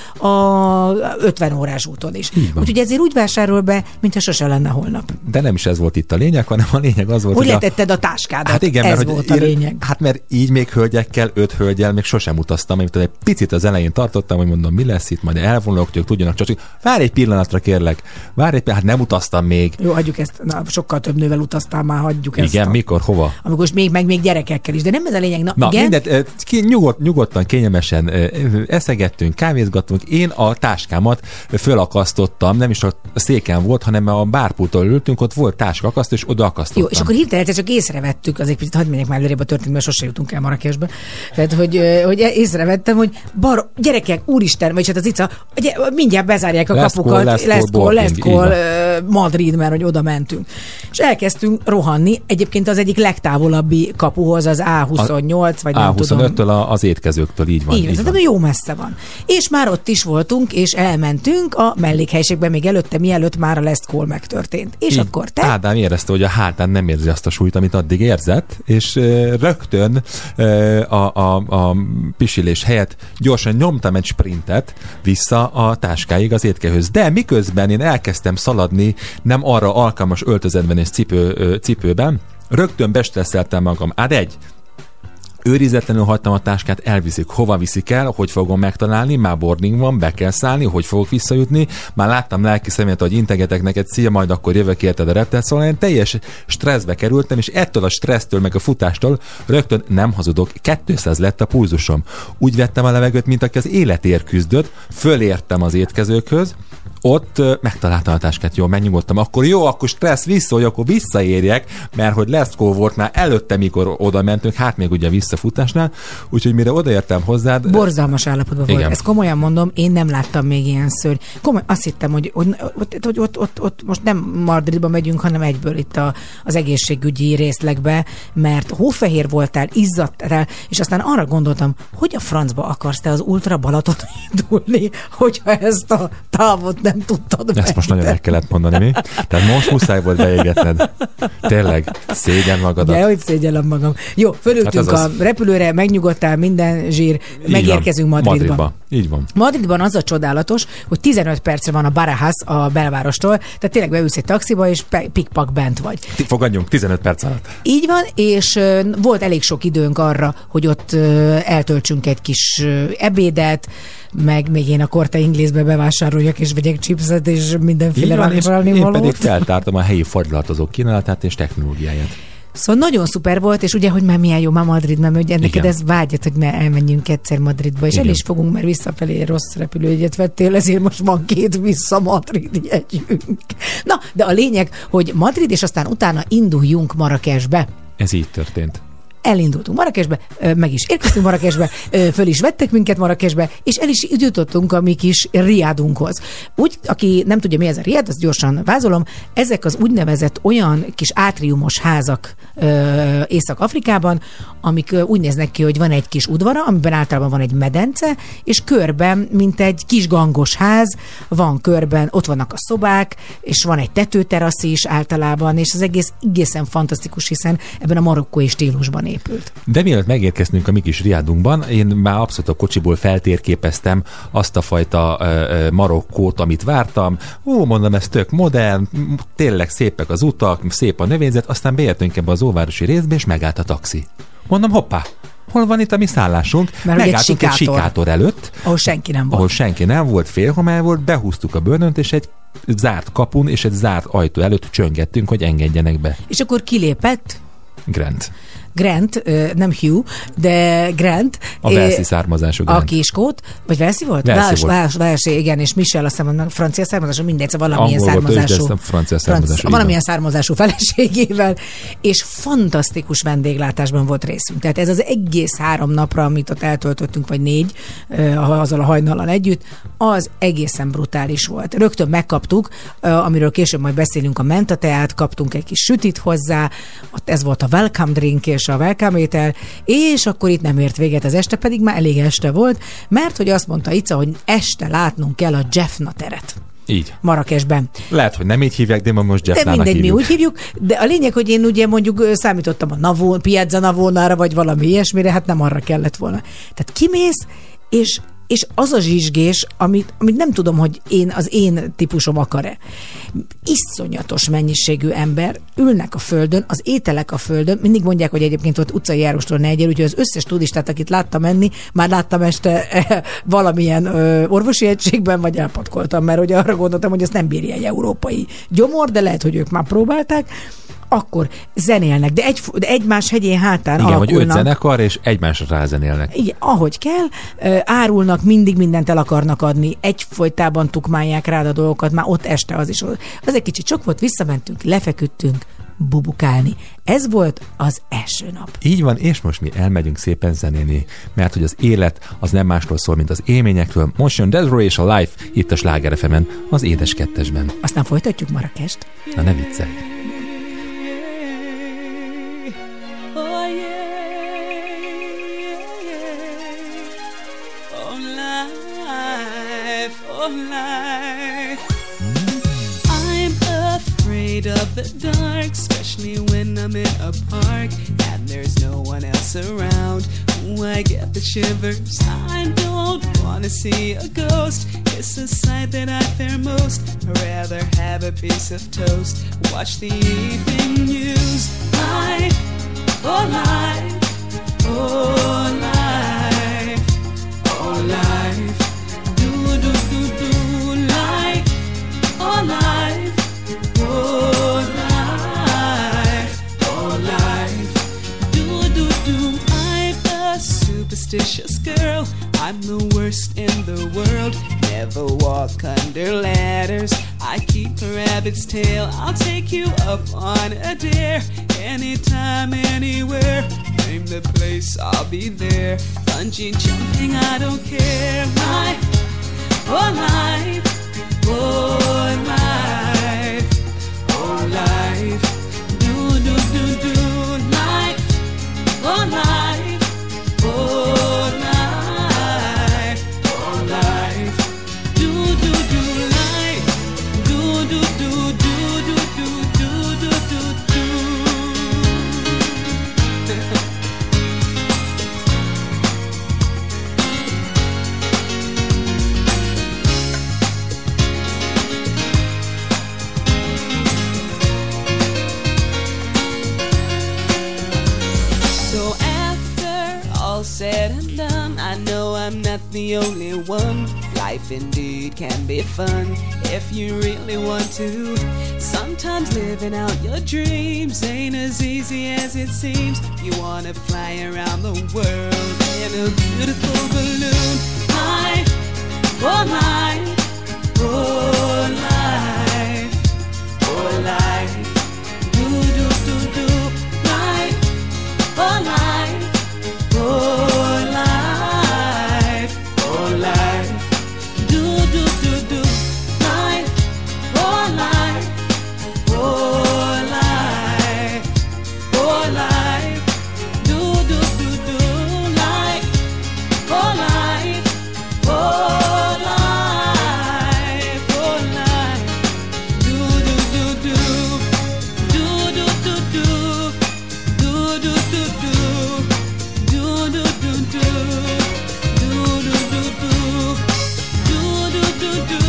a ötven órás úton is. Úgyhogy ezért úgy vásárol be, mintha sose lenne holnap. De nem is ez volt itt a lényeg, hanem a lényeg az volt, hogy hogy letetted a, a táskádat. Hát igen, ez mert, volt hogy a lényeg. Hát mert így még hölgyekkel, öt hölgyel még sosem utaztam, amit egy picit az elején tartottam, hogy mondom, mi lesz itt, majd elvonulok, hogy ők tudjanak csak. Várj egy pillanatra, kérlek. Várj egy pillanatra, hát nem utaztam még. Jó, hagyjuk ezt. Na, sokkal több nővel utaztál már, hagyjuk ezt. Igen, a... mikor, hova? Amikor még, meg még gyerekekkel is, de nem ez a lényeg. Na, Na igen? mindet, nyugodt, nyugodtan, kényelmesen eszegettünk, kávézgattunk. Én a táskámat fölakasztottam, nem is a széken volt, hanem a bárpulttól ültünk, ott volt táskakasztó, és oda akasztottam. Jó, és akkor hirtelen csak észrevettük, azért picit hadd menjek már előrébb a történetbe, mert sose jutunk el Marrakesbe. Tehát, hogy, hogy észrevettem, hogy bar, gyerekek, úristen, vagy hát az Ica, ugye, mindjárt bezárják a Last kapukat. call, last Last call, call, last boarding, call, Madrid, mert hogy oda mentünk. És elkezdtünk rohanni, egyébként az egyik legtávolabbi kapuhoz, az á huszonnyolc, vagy nem á huszonöttől tudom. az étkezőktől, így van. Így van, tehát jó messze van. És már ott is voltunk, és elmentünk a mellékhelyiségbe még előtte, mielőtt már a last call megtörtént. És így, akkor te... Ádám érezte, hogy a hátán nem érzi azt a súlyt, amit addig érzett, és uh, rögtön uh, a, a, a pisilés helyett gyorsan nyomtam egy sprintet vissza a táskáig az étkezőhöz. De miközben én elkezdtem szaladni nem arra alkalmas öltözetben és cipő, cipőben, rögtön bestresszeltem magam. Át egy, őrizetlenül hagytam a táskát, elviszik. Hova viszik el, hogy fogom megtalálni, már boarding van, be kell szállni, hogy fogok visszajutni. Már láttam lelki szemét, hogy integetek neked, szia, majd akkor jövök érted a reptel, szóval én teljes stresszbe kerültem, és ettől a stressztől, meg a futástól rögtön nem hazudok, kétszáz lett a pulzusom. Úgy vettem a levegőt, mint aki az életért küzdött, fölértem az étkezőkhöz, ott uh, megtaláltam a táskát, jól megnyugodtam, akkor jó, akkor stressz vissza, hogy akkor visszaérjek, mert hogy last call volt már előtte, mikor oda mentünk, hát még ugye visszafutásnál, úgyhogy mire odaértem hozzád... Borzalmas állapotban volt. Igen. Ezt komolyan mondom, én nem láttam még ilyen szörny. Komoly, azt hittem, hogy, hogy, hogy, hogy ott, ott, ott most nem Madridba megyünk, hanem egyből itt a, az egészségügyi részlegbe, mert hófehér voltál, izzadtál, és aztán arra gondoltam, hogy a francba akarsz te az Ultra Balaton indulni, hogyha ezt a távot nem tudtad meg. Ezt most nagyon el kellett mondani, mi? Tehát most muszáj volt beégetned. Tényleg, szégyen magadat. Ja, hogy szégyellem magam. Jó, fölültünk hát a repülőre, megnyugodtál, minden zsír, így megérkezünk van. Madridba. Madridba. Így van. Madridban az a csodálatos, hogy tizenöt percre van a Barajas a belvárostól, tehát tényleg beülsz egy taxiba, és pikpak bent vagy. Fogadjunk, tizenöt perc alatt. Így van, és uh, volt elég sok időnk arra, hogy ott uh, eltöltsünk egy kis uh, ebédet, meg még én a Corte Inglésbe bevásároljak, és vegyek chipset, és mindenféle rálni Én valót. pedig feltártam a helyi fordulakozók kínálatát és technológiáját. Szóval nagyon szuper volt, és ugye, hogy már milyen jó már Madrid, mert ugye neked ez vágyat, hogy már elmenjünk egyszer Madridba, és igen. el is fogunk, mert visszafelé rossz repülőjegyet vettél, ezért most van két vissza Madrid jegyünk. Na, de a lényeg, hogy Madrid, és aztán utána induljunk Marrakesbe. Ez így történt. Elindultunk Marrakesbe, meg is érkeztünk Marrakesbe, föl is vettek minket Marrakesbe, és el is jutottunk a mi kis riádunkhoz. Úgy, aki nem tudja, mi ez a riád, azt gyorsan vázolom, ezek az úgynevezett olyan kis átriumos házak Észak-Afrikában, amik úgy néznek ki, hogy van egy kis udvara, amiben általában van egy medence, és körben, mint egy kis gangos ház, van körben, ott vannak a szobák, és van egy tetőterasz is általában, és az egész egészen fantasztikus, hiszen ebben a marokkói stílusban épült. De mielőtt megérkeztünk a mi kis riádunkban, én már abszolút a kocsiból feltérképeztem azt a fajta uh, Marokkót, amit vártam. Ó, mondom, ez tök modern, tényleg szépek az utak, szép a növényzet, aztán beértünk ebbe az óvárosi részbe, és megállt a taxi. Mondom, hoppá, hol van itt a mi szállásunk? Mert megálltunk egy egy sikátor. sikátor előtt. Ahol senki nem volt. Ahol senki nem volt, félhomály volt, behúztuk a bőrönt, és egy zárt kapun és egy zárt ajtó előtt csöngettünk, hogy engedjenek be. És akkor kilépett Grant. Grant, nem Hugh, de Grant. A Velszi származású Grant. A kiskót, vagy Velszi volt? Velszi volt. Velszi, Velszi, igen, és Michel, azt hiszem, francia származású, mindegy, szóval valamilyen Angol volt, származású. de francia származású. Valamilyen származású feleségével, és fantasztikus vendéglátásban volt részünk. Tehát ez az egész három napra, amit ott eltöltöttünk, vagy négy, azzal a hajnallal együtt, az egészen brutális volt. Rögtön megkaptuk, amiről később majd beszélünk, a mentateát, kaptunk egy kis sütit hozzá, ott ez volt a welcome drink és a welcome étel, és akkor itt nem ért véget az este, pedig már elég este volt, mert hogy azt mondta Ica, hogy este látnunk kell a Jaffna teret. Így. Marrakesben. Lehet, hogy nem így hívják, de ma most Jaffnának hívjuk. De mindegy, hívjuk. mi úgy hívjuk, de a lényeg, hogy én ugye mondjuk számítottam a Navon, Piazza Navonára, vagy valami ilyesmire, hát nem arra kellett volna. Tehát kimész, és és az a zsizsgés, amit, amit nem tudom, hogy én, az én típusom akar-e. Iszonyatos mennyiségű ember ülnek a földön, az ételek a földön, mindig mondják, hogy egyébként ott utcai járostól ne egyél, úgyhogy az összes turistát, akit láttam menni, már láttam este eh, valamilyen ö, orvosi egységben, vagy elpatkoltam, mert ugye arra gondoltam, hogy ezt nem bírja egy európai gyomor, de lehet, hogy ők már próbálták. Akkor zenélnek, de, egy, de egymás hegyén hátán igen, alakulnak. vagy öt zenekar, és egymásra rázenélnek. Igen, ahogy kell, árulnak, mindig mindent el akarnak adni, egyfolytában tukmálják rád a dolgokat, már ott este az is. Az egy kicsit sok volt, visszamentünk, lefeküdtünk, bubukálni. Ez volt az első nap. Így van, és most mi elmegyünk szépen zenélni, mert hogy az élet az nem másról szól, mint az élményekről. Most jön Desiree és a Life itt a Sláger ef emen, az Édes Kettesben. Aztán folytatjuk Marrakest. Na ne viccelj! Oh yeah, oh life, oh life. I'm afraid of the dark, especially when I'm in a park and there's no one else around. Ooh, I get the shivers. I don't wanna see a ghost. It's a sight that I fear most. I'd rather have a piece of toast. Watch the evening news. Life, oh life, oh life, oh life. Do do do do life, oh life, oh life, oh life. Do do do. I'm a superstitious girl. I'm the worst in the world. Never walk under ladders. I keep a rabbit's tail. I'll take you up on a dare. Anytime, anywhere. Name the place, I'll be there. Bungee jumping, I don't care. My oh life, oh life, oh life. Do do do do life, oh life, oh life, oh life. Do do do life, do do do do do do do do do do. So after all said and done, I know I'm not the only one. Life indeed can be fun if you really want to. Sometimes living out your dreams ain't as easy as it seems. You wanna fly around the world in a beautiful balloon. Life, oh life, oh life, oh life. Do do do do life, oh life, oh life, oh life. Do do do do life, oh life, oh life, oh life. Do do do do life, oh life, oh life, oh life. Do do do do, do do do do, do do do do, do do do do, do do do do, do do do do.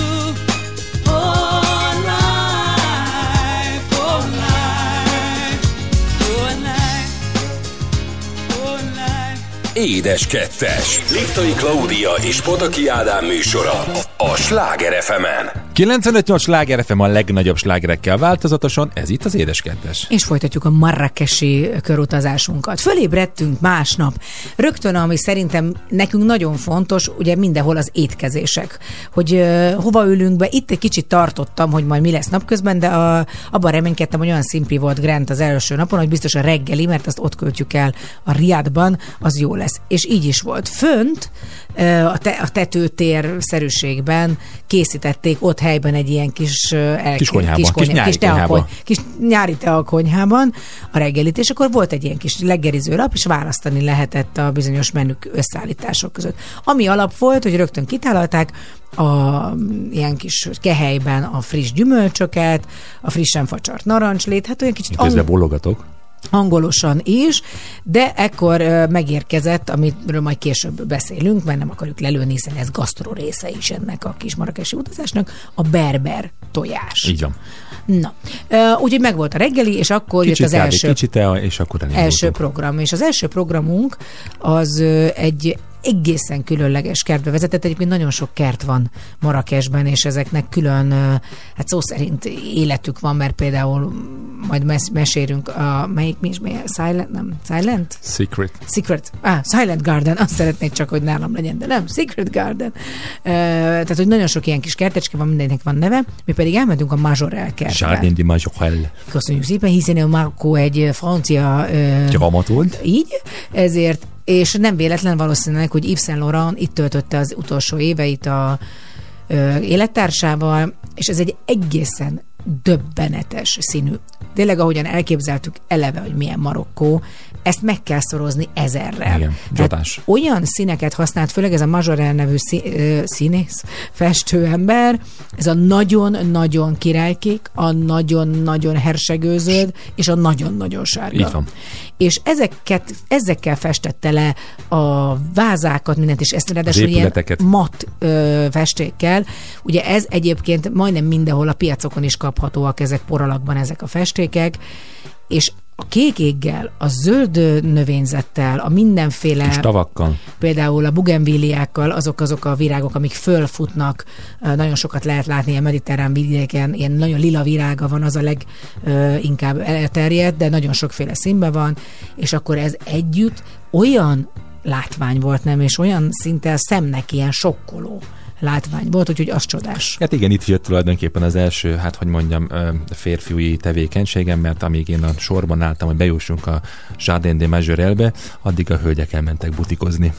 Oh life, oh life, oh life, oh life. Édes Kettes. Liptai Klaudia és Pataki Ádám műsora a Sláger ef emen. kilencvenöt nyolc Sláger ef em a legnagyobb slágerekkel változatosan, ez itt az Édes Kettes. És folytatjuk a marrakesi körutazásunkat. Fölébredtünk másnap. Rögtön, ami szerintem nekünk nagyon fontos, ugye mindenhol az étkezések. Hogy uh, hova ülünk be. Itt egy kicsit tartottam, hogy majd mi lesz napközben, de a, abban reménykedtem, hogy olyan szimpli volt Grant az első napon, hogy biztos a reggeli, mert azt ott költjük el a Riadban, az jó lesz. És így is volt. Fönt uh, a, te, a tetőtér szerűségben készítették ott helyben egy ilyen kis, elké, kis konyhában, kis, konyha, kis nyári kis, teakony, konyhában. kis nyári teakonyhában a reggelit, és akkor volt egy ilyen kis leggeriző lap, és választani lehetett a bizonyos menük összeállítások között. Ami alap volt, hogy rögtön kitálalták a ilyen kis kehelyben a friss gyümölcsöket, a frissen facsart narancslét, hát olyan kicsit Közben bólogatok. angolosan is, de ekkor uh, megérkezett, amiről majd később beszélünk, mert nem akarjuk lelőni, hiszen ez gasztró része is ennek a kis marrakesi utazásnak, a berber tojás. Így van. Na, uh, úgyhogy megvolt a reggeli, és akkor Kicsit jött az kávé, első, kicsit tea, és akkor elindultunk. első program. És az első programunk az uh, egy egészen különleges kertbe vezetett. Egyébként nagyon sok kert van Marrakesben, és ezeknek külön, hát szó szerint életük van, mert például majd mes- mesélünk a, melyik mi is, melyik? Silent? Nem, Silent? Secret. Secret. Ah, Silent Garden. Azt szeretnék csak, hogy nálam legyen, de nem. Secret Garden. Uh, tehát, hogy nagyon sok ilyen kis kertecske van, mindennek van neve. Mi pedig elmentünk a Majorelle kertre. Jardin de Majorelle. Köszönjük szépen, hiszen a Marco egy francia uh, Gyarmat volt. Így, ezért, és nem véletlen valószínűleg, hogy Yves Saint Laurent itt töltötte az utolsó éveit a ö, élettársával, és ez egy egészen döbbenetes színű. Tényleg, ahogyan elképzeltük eleve, hogy milyen Marokkó, ezt meg kell szorozni ezerrel. Igen, csodás. Olyan színeket használt, főleg ez a Majorelle nevű szí, ö, színész, festőember, ez a nagyon-nagyon királykék, a nagyon-nagyon hersegőzöld, és a nagyon-nagyon sárga. Így van. És ezeket, ezekkel festette le a vázákat, mindent, és ezt ráadásul ilyen mat ö, festékkel. Ugye ez egyébként majdnem mindenhol a piacokon is kaphatóak, ezek poralakban ezek a festékek, és a kék éggel, a zöld növényzettel, a mindenféle... És tavakkal. Például a bugenvíliákkal, azok azok a virágok, amik fölfutnak, nagyon sokat lehet látni ilyen mediterrán vidéken, ilyen nagyon lila virága van, az a leginkább elterjedt, de nagyon sokféle színben van, és akkor ez együtt olyan látvány volt, nem, és olyan szinte a szemnek ilyen sokkoló látvány volt, úgyhogy az csodás. Hát igen, itt jött tulajdonképpen az első, hát hogy mondjam, férfiúi tevékenységem, mert amíg én a sorban álltam, hogy bejussunk a Jardin de Majorelle-be, addig a hölgyek elmentek butikozni.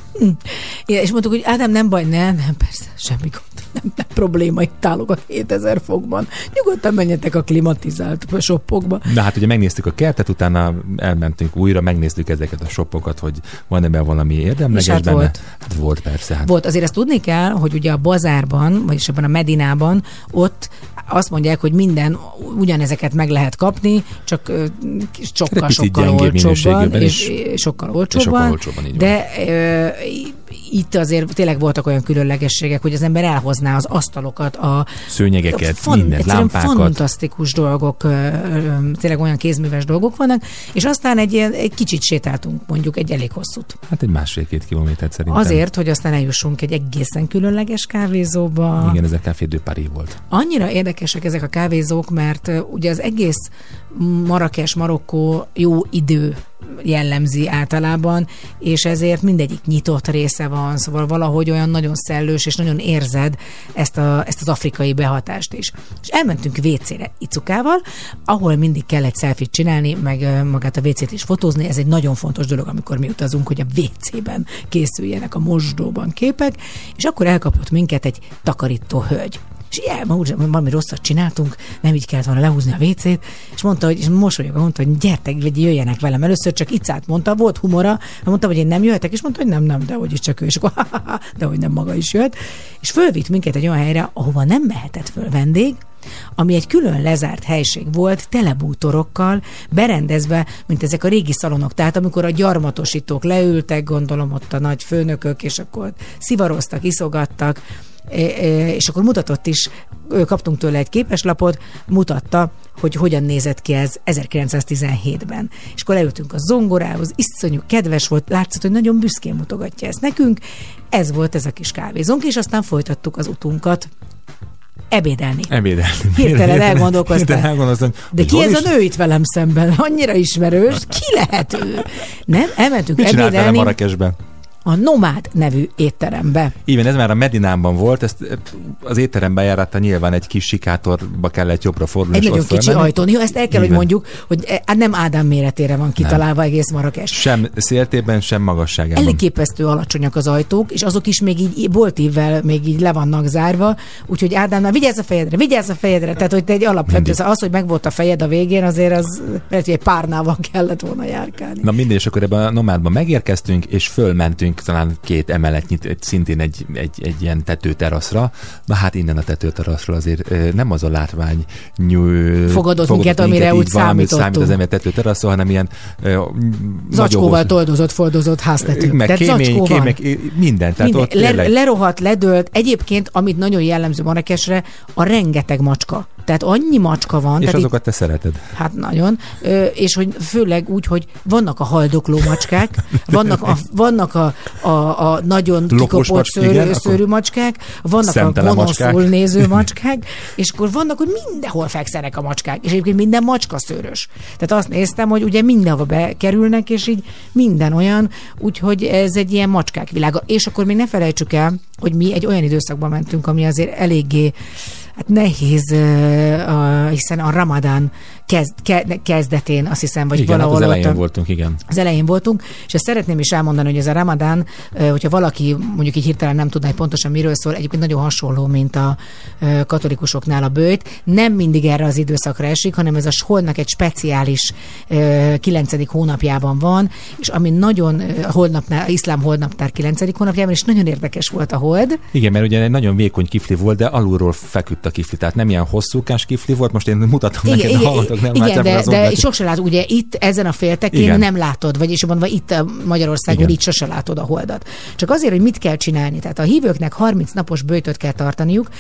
Ja, és mondtuk, hogy Ádám, nem baj, nem, nem, persze, semmi gond, nem, nem probléma, itt állok a kétezer fokban. Nyugodtan menjetek a klimatizált shoppokba. Na hát ugye megnéztük a kertet, utána elmentünk újra, megnéztük ezeket a shoppokat, hogy van ebben valami érdemleges hát benne. Volt. Hát volt persze. Hát. Volt. Azért ezt tudni kell, hogy ugye a bazárban, vagyis ebben a Medinában, ott azt mondják, hogy minden ugyanezeket meg lehet kapni, csak sokkal-sokkal olcsóbban, és, és sokkal olcsóbban, de e, itt azért tényleg voltak olyan különlegességek, hogy az ember elhozná az asztalokat, a szőnyegeket, fan, mindent, lámpákat. Fantasztikus dolgok, tényleg olyan kézműves dolgok vannak, és aztán egy, egy kicsit sétáltunk, mondjuk egy elég hosszút. Hát egy másfél-két kilométert szerintem. Azért, hogy aztán eljussunk egy egészen különleges kávézóba. Igen, ez a Café de Paris volt. Annyira érdekesek ezek a kávézók, mert ugye az egész Marrakes, Marokkó jó idő jellemzi általában, és ezért mindegyik nyitott része van, szóval valahogy olyan nagyon szellős, és nagyon érzed ezt, a, ezt az afrikai behatást is. És elmentünk vécére Icukával, ahol mindig kell egy selfie-t csinálni, meg magát a vécét is fotózni, ez egy nagyon fontos dolog, amikor mi utazunk, hogy a vécében készüljenek a mosdóban képek, és akkor elkapott minket egy takarító hölgy. És ilyen, ma úgy, valami rosszat csináltunk, nem így kellett volna lehúzni a vécét, és mondta, hogy, és mosolyogva mondta, hogy gyertek, vagy jöjjenek velem. Először csak icát mondta, volt humora, mondta, hogy én nem jöhetek, és mondta, hogy nem, nem, de hogy is csak ő, és akkor de hogy nem maga is jött. És fölvitt minket egy olyan helyre, ahova nem mehetett föl vendég, ami egy külön lezárt helység volt, telebútorokkal, berendezve, mint ezek a régi szalonok. Tehát amikor a gyarmatosítók leültek, gondolom ott a nagy főnökök, és akkor szivaroztak, iszogattak, és akkor mutatott is, kaptunk tőle egy képeslapot, mutatta, hogy hogyan nézett ki ez ezerkilencszáztizenhétben. És akkor leültünk a zongorához, iszonyú kedves volt, látszott, hogy nagyon büszkén mutogatja ezt nekünk. Ez volt ez a kis kávézónk, és aztán folytattuk az utunkat ebédelni. Ebédelni. Hirtelen elgondolkoztam. elgondolkoztam. De ki ez is? A nő itt velem szemben? Annyira ismerős. Ki lehet ő? Nem? Elmentünk Mit ebédelni. csinált Marrakesben? A Nomád nevű étterembe. Igen, ez már a Medinában volt, ezt az étterem bejárata nyilván egy kis sikátorba kellett jobbra fordulni. Egy nagyon kicsi ajtón. Jó, ezt el kell, Igen. hogy mondjuk, hogy nem Ádám méretére van kitalálva nem. Egész Marrakes. Sem széltében, sem magasságában. Elképesztő alacsonyak az ajtók, és azok is még így boltívvel még így le vannak zárva, úgyhogy Ádámnál vigyázz a fejedre, vigyázz a fejedre, tehát hogy te egy alapvető, az, hogy meg volt a fejed a végén, azért az lehet, hogy egy párnával kellett volna járkálni. Na mindegy, és akkor ebben a Nomádban megérkeztünk, és fölmentünk talán két emeletnyi, szintén egy, egy, egy ilyen tetőteraszra. Na hát innen a tetőteraszról azért nem az a látvány nyúl, fogadott minket, amire úgy számítottunk. Számít az ember tetőteraszról, hanem ilyen zacskóval toldozott, foldozott háztető. Meg kémény, kémek, minden. Tehát minden. Le, lerohadt, ledőlt. Egyébként, amit nagyon jellemző Marrakesre, a rengeteg macska. tehát annyi macska van. És tehát azokat itt, te szereted. Hát nagyon. Ö, és hogy főleg úgy, hogy vannak a haldokló macskák, vannak a, vannak a, a, a nagyon kikopott szőrű, szőrű macskák, vannak a gonoszul néző macskák, és akkor vannak, hogy mindenhol fekszenek a macskák, és egyébként minden macska szőrös. Tehát azt néztem, hogy ugye mindenhova bekerülnek, és így minden olyan, úgyhogy ez egy ilyen macskák világa. És akkor még ne felejtsük el, hogy mi egy olyan időszakban mentünk, ami azért eléggé hát nehéz, uh, hiszen a Ramadán kezd, ke, kezdetén, azt hiszem, vagy igen, valahol hát az elején ott, voltunk, igen. Az elején voltunk, és ezt szeretném is elmondani, hogy ez a Ramadán, uh, hogyha valaki mondjuk így hirtelen nem tudná, hogy pontosan miről szól, egyébként nagyon hasonló, mint a uh, katolikusoknál a böjt. Nem mindig erre az időszakra esik, hanem ez a holnak egy speciális uh, kilencedik hónapjában van, és ami nagyon uh, holnapnál, iszlám holnaptár kilencedik hónapjában, és nagyon érdekes volt a hold. Igen, mert ugye egy nagyon vékony kifli volt, de alulról feküdt a kifli, tehát nem ilyen hosszúkás kifli volt, most én mutatom igen, neked, igen, a hallgatók nem igen, látják. de, de sose látod, ugye itt ezen a féltekén igen. nem látod, vagyis mondva itt Magyarországon igen. itt sose látod a holdat. Csak azért, hogy mit kell csinálni, tehát a hívőknek harminc napos böjtöt kell tartaniuk,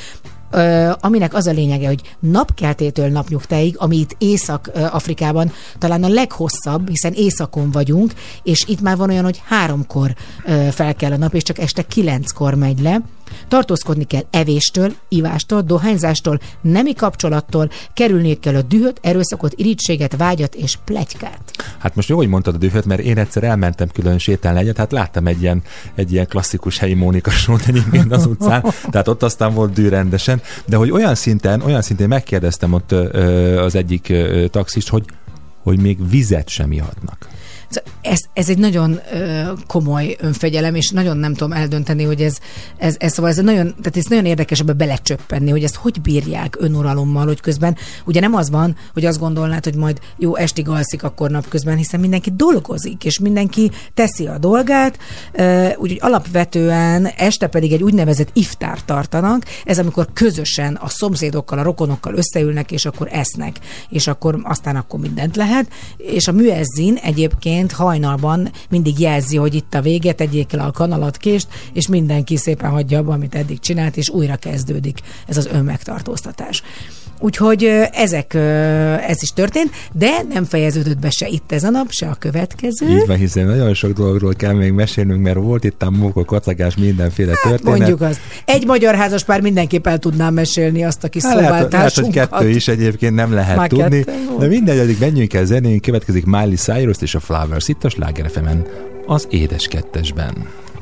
Ö, aminek az a lényege, hogy napkeltétől napnyugtáig, ami itt Észak-Afrikában talán a leghosszabb, hiszen északon vagyunk, és itt már van olyan, hogy háromkor ö, fel kell a nap, és csak este kilenckor megy le. Tartózkodni kell evéstől, ivástól, dohányzástól, nemi kapcsolattól, kerülni kell a dühöt, erőszakot, irítséget, vágyat és pletykát. Hát most jó, hogy mondtad a dühöt, mert én egyszer elmentem külön sétálni egyet, hát láttam egy ilyen, egy ilyen klasszikus helyi Mónika sót egyébként az utcán, tehát ott aztán volt dű rendesen, de hogy olyan szinten, olyan szintén megkérdeztem ott ö, az egyik ö, taxist, hogy, hogy még vizet sem ihatnak. Ez, ez egy nagyon ö, komoly önfegyelem, és nagyon nem tudom eldönteni, hogy ez, ez, ez, szóval ez nagyon, tehát ez nagyon érdekes ebbe belecsöppenni, hogy ezt hogy bírják önuralommal, hogy közben ugye nem az van, hogy azt gondolnád, hogy majd jó estig alszik akkor napközben, hiszen mindenki dolgozik, és mindenki teszi a dolgát, úgyhogy alapvetően este pedig egy úgynevezett iftárt tartanak, ez amikor közösen a szomszédokkal, a rokonokkal összeülnek, és akkor esznek, és akkor aztán akkor mindent lehet, és a müezzin egyébként hajnalban mindig jelzi, hogy itt a vége, tegyék el a kanalatkést, és mindenki szépen hagyja abba, amit eddig csinált, és újra kezdődik ez az önmegtartóztatás. Úgyhogy ezek, ez is történt, de nem fejeződött be se itt ez a nap, se a következő. Így van, hiszen nagyon sok dologról kell még mesélnünk, mert volt itt a mókok, kacagás, mindenféle hát, történet. Mondjuk azt. Egy magyar házaspár mindenképp el tudnám mesélni azt a kis hát, szobáltársunkat. Lehet, hogy kettő is egyébként nem lehet Már tudni. De mindegy, addig menjünk el zenén, következik Miley Cyrus és a Flowers itt a Sláger ef emen, az Édes Kettesben.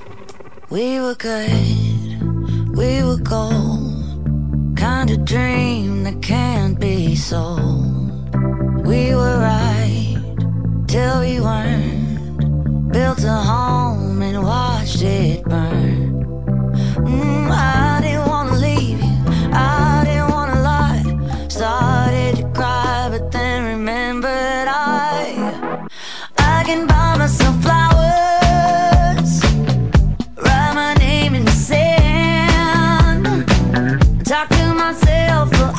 We were good, we were gold. Kind of dream that can't be sold. We were right till we weren't. Built a home and watched it burn. Mm, I didn't want to leave you, I didn't want to lie. Started to cry but then remembered I I can buy myself flowers, write my name in the sand, talk to myself for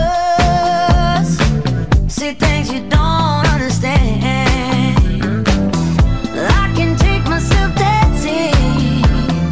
hours, see things you don't understand. I can take myself dancing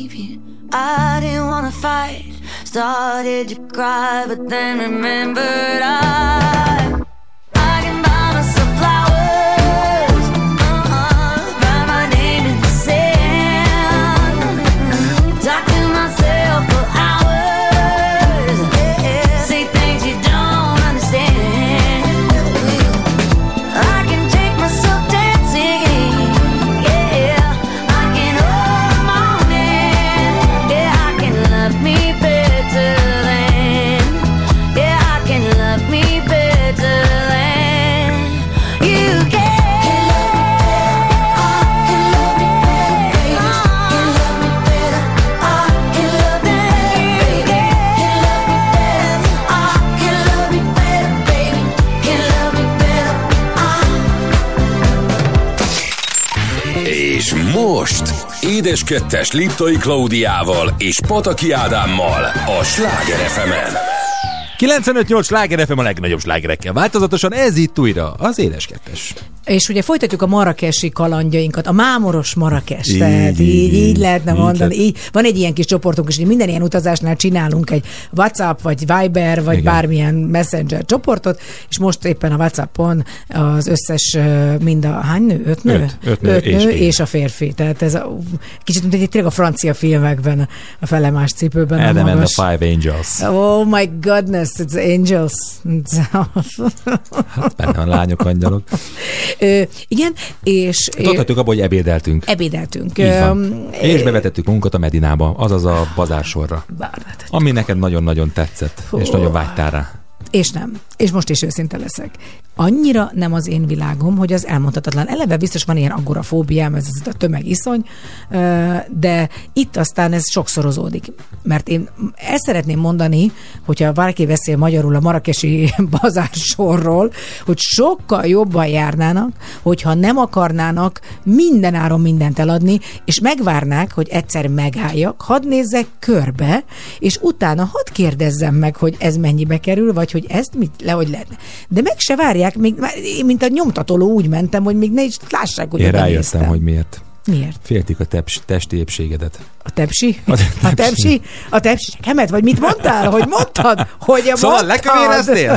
leave you. I didn't wanna fight. Started to cry, but then remembered I I can buy myself flowers, uh-uh, write my name in the sand, talk to myself for hours, yeah, say things you don't understand. I can take myself dancing, yeah, I can hold my own hand, yeah, I can love me better than, yeah, I can love me better than you can. És most Édes Kettes Liptai Klaudiával és Pataki Ádámmal a Sláger ef emen. kilencvenöt nyolc Sláger ef em a legnagyobb slágerekkel. Változatosan ez itt újra az Édes Kettes. És ugye folytatjuk a marrakesi kalandjainkat, a mámoros Marrakes, Így, tehát így, így, így lehetne így mondani. lett. Így, van egy ilyen kis csoportunk, és így minden ilyen utazásnál csinálunk egy WhatsApp, vagy Viber, vagy Igen. bármilyen Messenger csoportot, és most éppen a WhatsAppon az összes, ö, mind a hány nő? Öt nő? Öt, öt nő és nő én. és a férfi. Tehát ez a, kicsit, mint egy tényleg a francia filmekben, a felemás cipőben. Adam a and the magas. Five Angels. Oh my goodness, it's angels. Hát benne van lányok, angyalok. Ö, igen, és... Ott hagytuk abba, hogy ebédeltünk. Ebédeltünk. Így van. Öm, És bevetettük munkat a Medinába, azaz a bazársorra. Bárnát. Ami neked nagyon-nagyon tetszett, és nagyon vágytál rá. És nem. És most is őszinte leszek. Annyira nem az én világom, hogy az elmondhatatlan. Eleve biztos van ilyen agorafóbiám, ez a tömegiszony, de itt aztán ez sokszorozódik. Mert én ezt szeretném mondani, hogyha valaki beszél magyarul a marrakesi bazársorról, hogy sokkal jobban járnának, hogyha nem akarnának minden áron mindent eladni, és megvárnák, hogy egyszer megálljak, hadd nézzek körbe, és utána hadd kérdezzem meg, hogy ez mennyibe kerül, vagy hogy ezt mit, le, hogy lehetne. De meg se várják, még, én, mint a nyomtatoló úgy mentem, hogy még ne is lássák, hogy Én oda rájöttem, néztem. hogy miért. Miért? Féltik a teps, testi épségedet. A tepsi? A tepsi. A tepsi? A tepsi sekemet? Vagy mit mondtál? Hogy mondtad? Hogy a Szóval mondtad? lekövéreztél?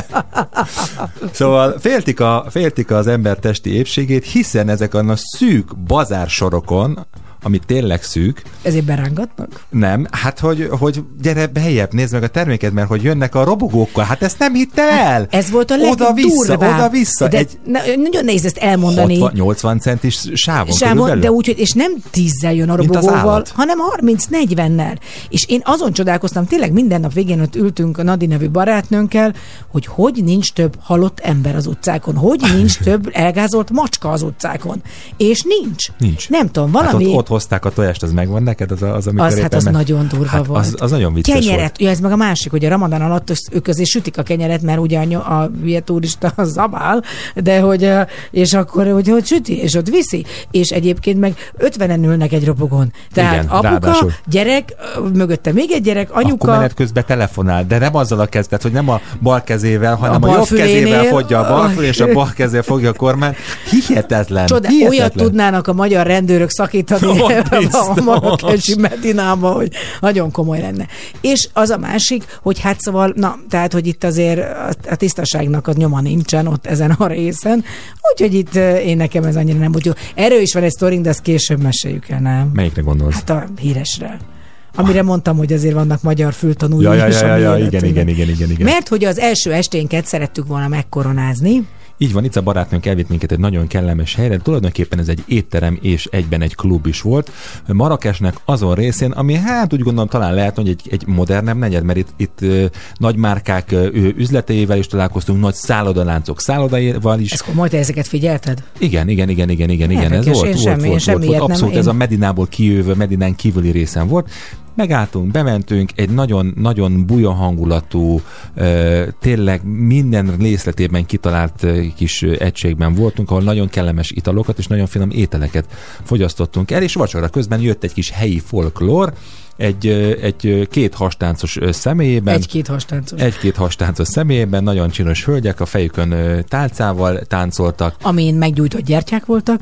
Szóval féltik, a, féltik az ember testi épségét, hiszen ezeken a szűk bazársorokon, ami tényleg szűk. Ezért berángatnak? Nem, hát hogy, hogy gyere beljebb, nézd meg a terméket, mert hogy jönnek a robogókkal, hát ezt nem hitte el. Ez volt a Oda-vissza, legdurvább. oda-vissza. De Egy na, nagyon nehéz ezt elmondani. hatvan, nyolcvan centis sávon, Sávon, körülbelül. de úgy, hogy és nem tízzel jön a Mint az robogóval, állat. hanem harminc-negyvennel. És én azon csodálkoztam, tényleg minden nap végén ott ültünk a Nadi nevű barátnőnkkel, hogy hogy nincs több halott ember az utcákon, hogy nincs több elgázolt macska az utcákon. És nincs. Nincs. Nem tudom, Hát valami... ott, ott hozták a tojást, az megvan neked? Az, az, amikor Az, hát éppen az meg... nagyon durva hát volt. Az, az nagyon vicces kenyeret, volt. ja, ez meg a másik, hogy a Ramadán alatt az- ők azért sütik a kenyeret, mert ugye a, ny- a hülye turista az zabál, de hogy, ö, és akkor, hogy, hogy süti, és ott viszi, és egyébként meg ötvenen ülnek egy robogon. Tehát Igen, apuka, ráadásul. gyerek, ö, mögötte még egy gyerek, Akkor anyuka, menet közben telefonál, de nem azzal a kezet, hogy nem a bal kezével, hanem a, bal jobb fülénél. kezével fogja a bal fül, és a bal kezével fogja a kormány. Hihetetlen. Csoda, hihetetlen. olyat tudnának a magyar rendőrök szakítani Ó, a biztos. marrakesi Medinába, hogy nagyon komoly lenne. És az a másik, hogy hát szóval, na, tehát, hogy itt azért a, a tisztaságnak az nyoma nincsen ott ezen a részen, úgyhogy itt eh, én nekem ez annyira nem úgy jó. Erről is van egy sztorink, de ezt később meséljük el, nem? Melyikre gondolsz? Hát a híresre. Amire mondtam, hogy azért vannak magyar fültanúi Ja, ja, is. ja, a mi ja, igen, életünknek. igen, igen, igen, igen. Mert hogy az első esténket szerettük volna megkoronázni. Így van, itt a barátnőnk elvitt minket egy nagyon kellemes helyre, tulajdonképpen ez egy étterem és egyben egy klub is volt. Marrakesnek azon részén, ami hát úgy gondolom talán lehet, hogy egy, egy modernebb negyed, mert itt, itt ö, nagy márkák ö, üzleteivel is találkoztunk, nagy szállodaláncok szállodaival is. Ez komoly, te ezeket figyelted? Igen, igen, igen, igen, igen, igen, ez Érdekes, volt, én volt, semmi- én volt, volt, semmilyet volt, nem- abszolút én- ez a Medinából kijövő, Medinán kívüli részen volt. Megálltunk, bementünk, egy nagyon, nagyon buja hangulatú, ö, tényleg minden részletében kitalált ö, kis ö, egységben voltunk, ahol nagyon kellemes italokat és nagyon finom ételeket fogyasztottunk el, és vacsora közben jött egy kis helyi folklór, egy, ö, egy ö, két hastáncos ö, személyében. Egy-két hastáncos. Egy-két hastáncos személyében, nagyon csinos hölgyek, a fejükön ö, tálcával táncoltak. Amin meggyújtott gyertyák voltak.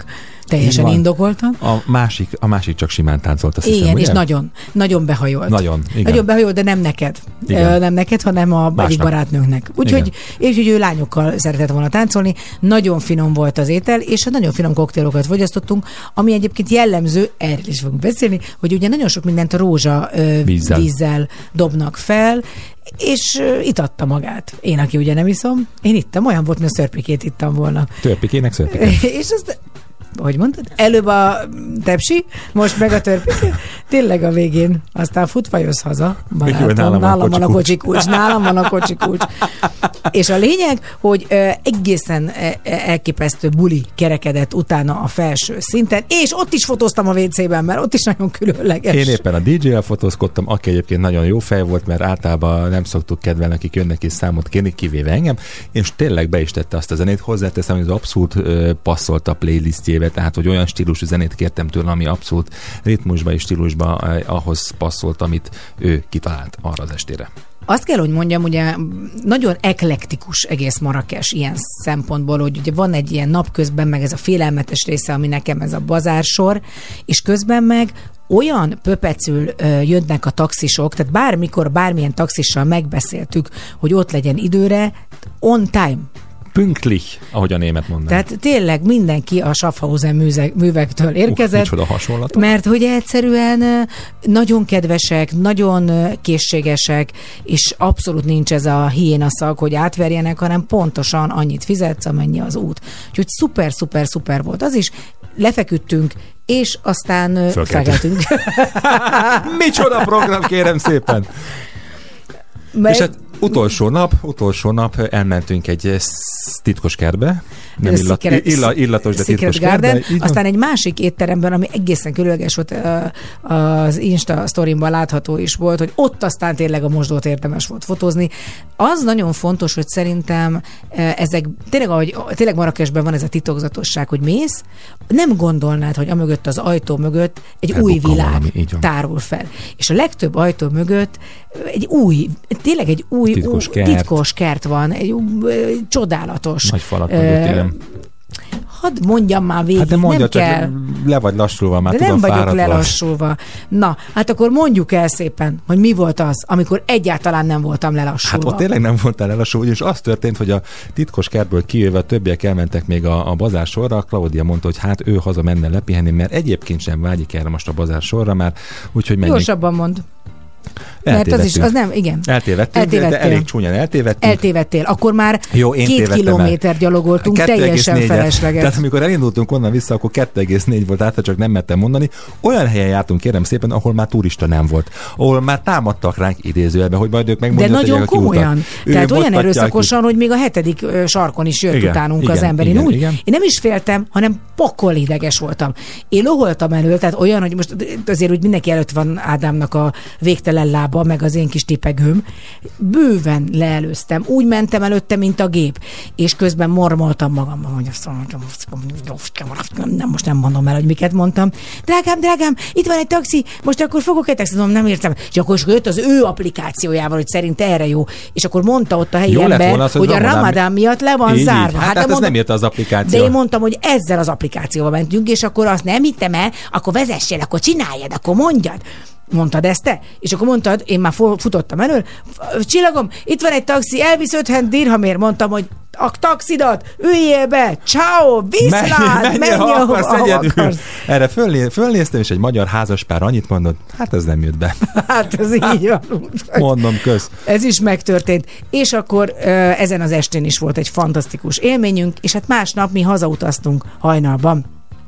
Teljesen indokoltan. A másik, a másik csak simán táncolt, azt Igen, hiszem, és ugye? nagyon, nagyon behajolt. Nagyon, igen. Nagyon behajolt, de nem neked. Igen. Nem neked, hanem a Másnak. egyik barátnőnknek. Úgyhogy és úgy ő lányokkal szeretett volna táncolni. Nagyon finom volt az étel, és nagyon finom koktélokat fogyasztottunk, ami egyébként jellemző, erről is fogunk beszélni, hogy ugye nagyon sok mindent a rózsa ö, Vízzel. vízzel dobnak fel, és ö, itatta magát. Én, aki ugye nem iszom, én ittam, olyan volt, mint a szörpikét ittam volna. Törpikének szörpike. És azt, hogy mondtad? Előbb a tepsi, most meg a törpike. Tényleg a végén. Aztán futva jössz haza. Barátom, nálam, nálam van a kocsikulcs. kocsikulcs. Nálam van a kocsikulcs. És a lényeg, hogy ö, egészen ö, elképesztő buli kerekedett utána a felső szinten, és ott is fotóztam a vécében, mert ott is nagyon különleges. Én éppen a dé jével fotózkodtam, aki egyébként nagyon jó fej volt, mert általában nem szoktuk kedvelni, akik jönnek és számot kérni, kivéve engem, és tényleg be is tette azt a zenét. Hozzáteszem, hogy az abszolút ö, passzolt a playlistjébe, tehát hogy olyan stílusú zenét kértem tőle, ami abszolút ritmusba és stílusba eh, ahhoz passzolt, amit ő kitalált arra az estére. Azt kell, hogy mondjam, ugye nagyon eklektikus egész Marrakes ilyen szempontból, hogy ugye van egy ilyen napközben, meg ez a félelmetes része, ami nekem ez a bazársor, és közben meg olyan pöpecül ö, jönnek a taxisok, tehát bármikor, bármilyen taxissal megbeszéltük, hogy ott legyen időre, on time. Pünktlich, ahogy a német mondaná. Tehát tényleg mindenki a Schaffhausen műze- művektől érkezett. Uh, micsoda hasonlatok. Mert hogy egyszerűen ö, nagyon kedvesek, nagyon ö, készségesek, és abszolút nincs ez a hiénaszag, hogy átverjenek, hanem pontosan annyit fizetsz, amennyi az út. Úgyhogy szuper, szuper, szuper volt az is. Lefeküdtünk, és aztán ö, felkeltünk. Micsoda program, kérem szépen! Meg... És hát utolsó nap, utolsó nap elmentünk egy titkos kertbe, nem illat, Secret, illa, illatos, de Secret titkos Garden, kertbe. Így aztán van. egy másik étteremben, ami egészen különleges volt, az Insta sztorimban látható is volt, hogy ott aztán tényleg a mosdót érdemes volt fotózni. Az nagyon fontos, hogy szerintem ezek, tényleg, ahogy, tényleg Marrakesben van ez a titokzatosság, hogy mész, nem gondolnád, hogy amögött az ajtó mögött egy Elbukkan új világ valami, így van. tárul fel. És a legtöbb ajtó mögött egy új, tényleg egy új, Titkos új kert. titkos kert van, egy, egy csodálatos. Nagy falak mögött, igen. Hadd mondjam már végig, Hát de mondja, nem csak kell. le vagy lassulva, már De tudom, nem vagyok fáradt vagy. lelassulva. Na, hát akkor mondjuk el szépen, hogy mi volt az, amikor egyáltalán nem voltam lelassulva. Hát ott tényleg nem voltál lelassulva, ugyanis az történt, hogy a titkos kertből kijöve a többiek elmentek még a, a bazár sorra. Claudia mondta, hogy hát ő haza menne lepihenni, mert egyébként sem vágyik erre most a bazár sorra már, úgyhogy menjünk. Gyorsabban mond. Mert az is, az nem, igen. Eltévedtünk, de, de elég csúnyán eltévedtünk. Eltévedtél. Akkor már Jó, én két tévedtem kilométer el. gyalogoltunk, teljesen felesleges. Tehát amikor elindultunk onnan vissza, akkor kettő egész négy volt, át, csak nem mertem mondani. Olyan helyen jártunk, kérem szépen, ahol már turista nem volt. Ahol már támadtak ránk idézőjelbe, hogy majd ők De megmondják, nagyon hogy komolyan. Tehát olyan mutatják erőszakosan, hogy még a hetedik ö, sarkon is jött Igen, utánunk igen, az ember. Én igen, úgy, igen. én nem is féltem, hanem pokol ideges voltam. Én loholtam elől, tehát olyan, hogy most azért, hogy mindenki előtt van Ádámnak a végtelen lába, meg az én kis tipegőm. Bőven leelőztem. Úgy mentem előtte, mint a gép. És közben mormoltam magamban, hogy azt nem, most nem mondom el, hogy miket mondtam. Drágám, drágám, itt van egy taxi, most akkor fogok egy taxit, mondom, nem értem. És akkor jött az ő applikációjával, hogy szerint erre jó. És akkor mondta ott a helyi Jó lett ember, volna az, hogy hogy a Ramadán- Ramadán miatt le van Így, így. zárva. Hát, de hát ez mondom, nem írta az applikáció. De én mondtam, hogy ezzel az applikációval mentünk, és akkor azt nem hittem el, akkor vezessél, akkor csináljad, akkor mondjad. Mondtad ezt te? És akkor mondtad, én már futottam elől, csillagom, itt van egy taxi, elvisz ötven dirhamért, mondtam, hogy a taxidat, üljél be, ciao, viszlát, menj, menj, ha ahova akarsz, egyedül. akarsz. Erre fölné, fölnéztem, és egy magyar házaspár annyit mondott, hát ez nem jött be. Hát ez így van. Mondom, kösz. Ez is megtörtént. És akkor ö, ezen az estén is volt egy fantasztikus élményünk, és hát másnap mi hazautaztunk hajnalban.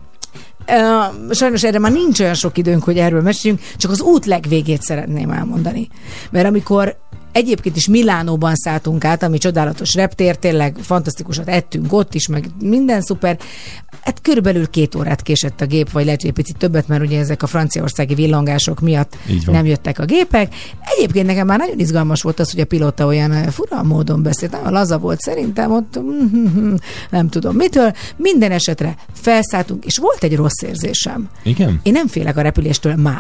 Uh, sajnos erre már nincs olyan sok időnk, hogy erről meséljünk, csak az út legvégét szeretném elmondani. Mert amikor egyébként is Milánóban szálltunk át, ami csodálatos reptér, tényleg fantasztikusat ettünk ott is, meg minden szuper. Hát körülbelül két órát késett a gép, vagy lehet, hogy egy picit többet, mert ugye ezek a franciaországi villangások miatt nem jöttek a gépek. Egyébként nekem már nagyon izgalmas volt az, hogy a pilóta olyan fura módon beszélt, nagyon laza volt szerintem, ott nem tudom mitől. Minden esetre felszálltunk, és volt egy rossz érzésem. Igen? Én nem félek a repüléstől már.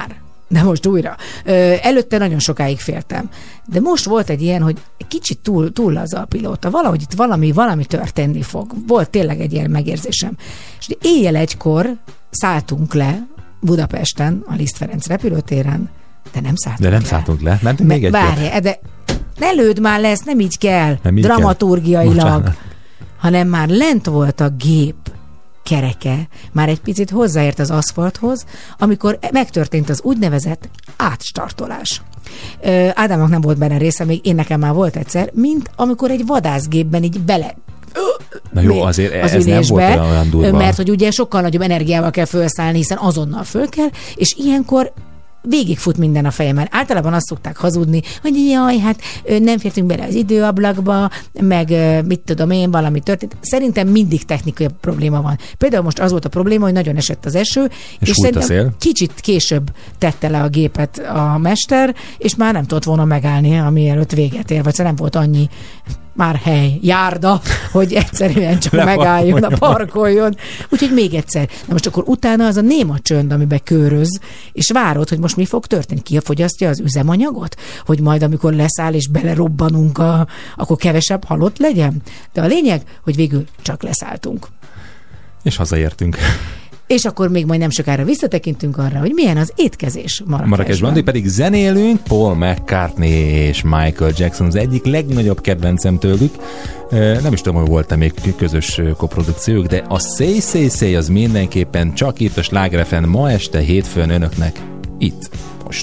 de most újra. Ö, előtte nagyon sokáig féltem. De most volt egy ilyen, hogy kicsit túl, túl laza a pilóta. Valahogy itt valami, valami történni fog. Volt tényleg egy ilyen megérzésem. És éjjel egykor szálltunk le Budapesten, a Liszt Ferenc repülőtéren, de nem szálltunk De nem le. szálltunk le. Mentünk még egyet. Várj, de ne lőd már le, ezt nem így kell, Nem így dramaturgiailag, kell. hanem már lent volt a gép kereke, már egy picit hozzáért az aszfalthoz, amikor megtörtént az úgynevezett átstartolás. Ö, Ádámnak nem volt benne része, még én nekem már volt egyszer, mint amikor egy vadászgépben így bele Na jó, azért az ez ülésbe, nem volt olyan durva. mert hogy ugye sokkal nagyobb energiával kell felszállni, hiszen azonnal föl kell, és ilyenkor végigfut minden a fejemen. Általában azt szokták hazudni, hogy jaj, hát ö, nem fértünk bele az időablakba, meg ö, mit tudom én, valami történt. Szerintem mindig technikai probléma van. Például most az volt a probléma, hogy nagyon esett az eső, és, és fújt a szerintem szél. kicsit később tette le a gépet a mester, és már nem tudott volna megállni, ami előtt véget ér, vagy nem volt annyi már hely, járda, hogy egyszerűen csak megálljon, a parkoljon. Úgyhogy még egyszer. Na most akkor utána az a néma csönd, amiben köröz, és várod, hogy most mi fog történni. Ki fogyasztja az üzemanyagot? Hogy majd amikor leszáll és belerobbanunk, a, akkor kevesebb halott legyen? De a lényeg, hogy végül csak leszálltunk. És hazaértünk. És akkor még majd nem sokára visszatekintünk arra, hogy milyen az étkezés Marrakesben. Marrakesben, addig pedig zenélünk. Paul McCartney és Michael Jackson az egyik legnagyobb kedvencem tőlük. Nem is tudom, hogy volt-e még közös koprodukciók, de a Say Say Say az mindenképpen csak itt a Sláger ef em ma este hétfőn önöknek. Itt, most.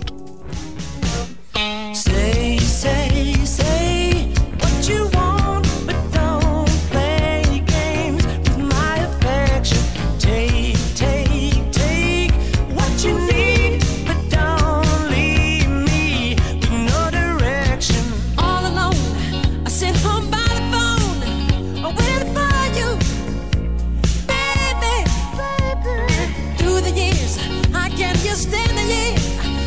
Say, say, say what you want, but don't play games with my affection. Take, take, take what you need, but don't leave me with no direction. All alone, I sit home by the phone, waiting for you, baby, baby. Through the years, I can't just stand the year.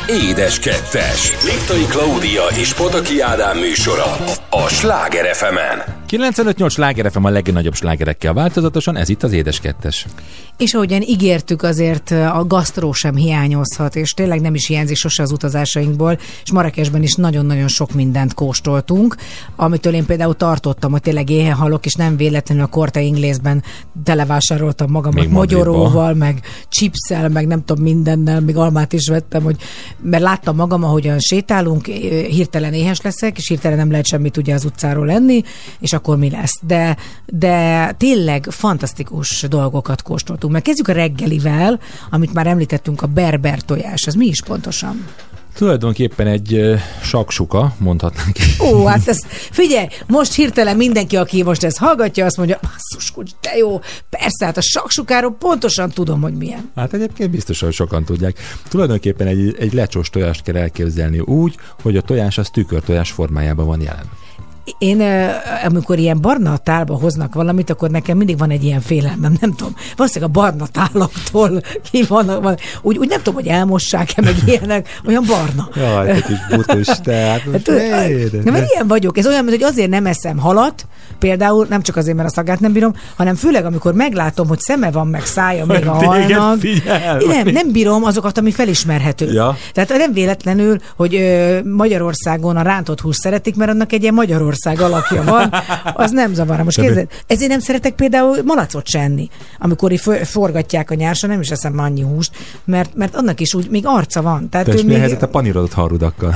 Édes Kettes. Liptai Klaudia és Pataki Ádám műsora a Sláger ef emen. kilencvenöt nyolc Sláger ef em a legnagyobb slágerekkel változatosan, ez itt az Édes Kettes. És ahogyan ígértük, azért a gasztró sem hiányozhat, és tényleg nem is hiányzik sose az utazásainkból, és Marrakesben is nagyon-nagyon sok mindent kóstoltunk, amitől én például tartottam, hogy tényleg éhen halok, és nem véletlenül a Corte Inglésben televásároltam magamat mogyoróval, meg chipszel, meg nem tudom mindennel, még almát is vettem, hogy, mert láttam magam, ahogyan sétálunk, hirtelen éhes leszek, és hirtelen nem lehet semmit ugye az utcáról lenni, és akkor mi lesz. De, de tényleg fantasztikus dolgokat kóstoltunk. Mert kezdjük a reggelivel, amit már említettünk, a berber tojás. Ez mi is pontosan? Tulajdonképpen egy uh, saksuka, mondhatnánk. Ó, hát ez, figyelj, most hirtelen mindenki, aki most ezt hallgatja, azt mondja, basszus, de jó, persze, hát a saksukáról pontosan tudom, hogy milyen. Hát egyébként biztos, hogy sokan tudják. Tulajdonképpen egy, egy lecsos tojást kell elképzelni úgy, hogy a tojás az tükörtojás formájában van jelen. Én, amikor ilyen barna tálba hoznak valamit, akkor nekem mindig van egy ilyen félelmem, nem tudom. Valószínűleg a barna tálaktól ki van, van úgy, úgy nem tudom, hogy elmossák-e meg ilyenek, olyan barna. Jaj, egy kis butus, tehát most hát, nem, mert ilyen vagyok. Ez olyan, mint hogy azért nem eszem halat, például nem csak azért, mert a szagát nem bírom, hanem főleg, amikor meglátom, hogy szeme van, meg szája még a halnak. Figyel, nem, nem bírom azokat, ami felismerhető. Ja. Tehát nem véletlenül, hogy ö, Magyarországon a rántott húst szeretik, mert annak egy ilyen Magyarország alakja van, az nem zavar. Most képzeld, ezért nem szeretek például malacot se enni. Amikor így forgatják a nyársa, nem is eszem annyi húst, mert, mert annak is úgy még arca van. Tehát mi még... a helyzet a panírozott harudakkal?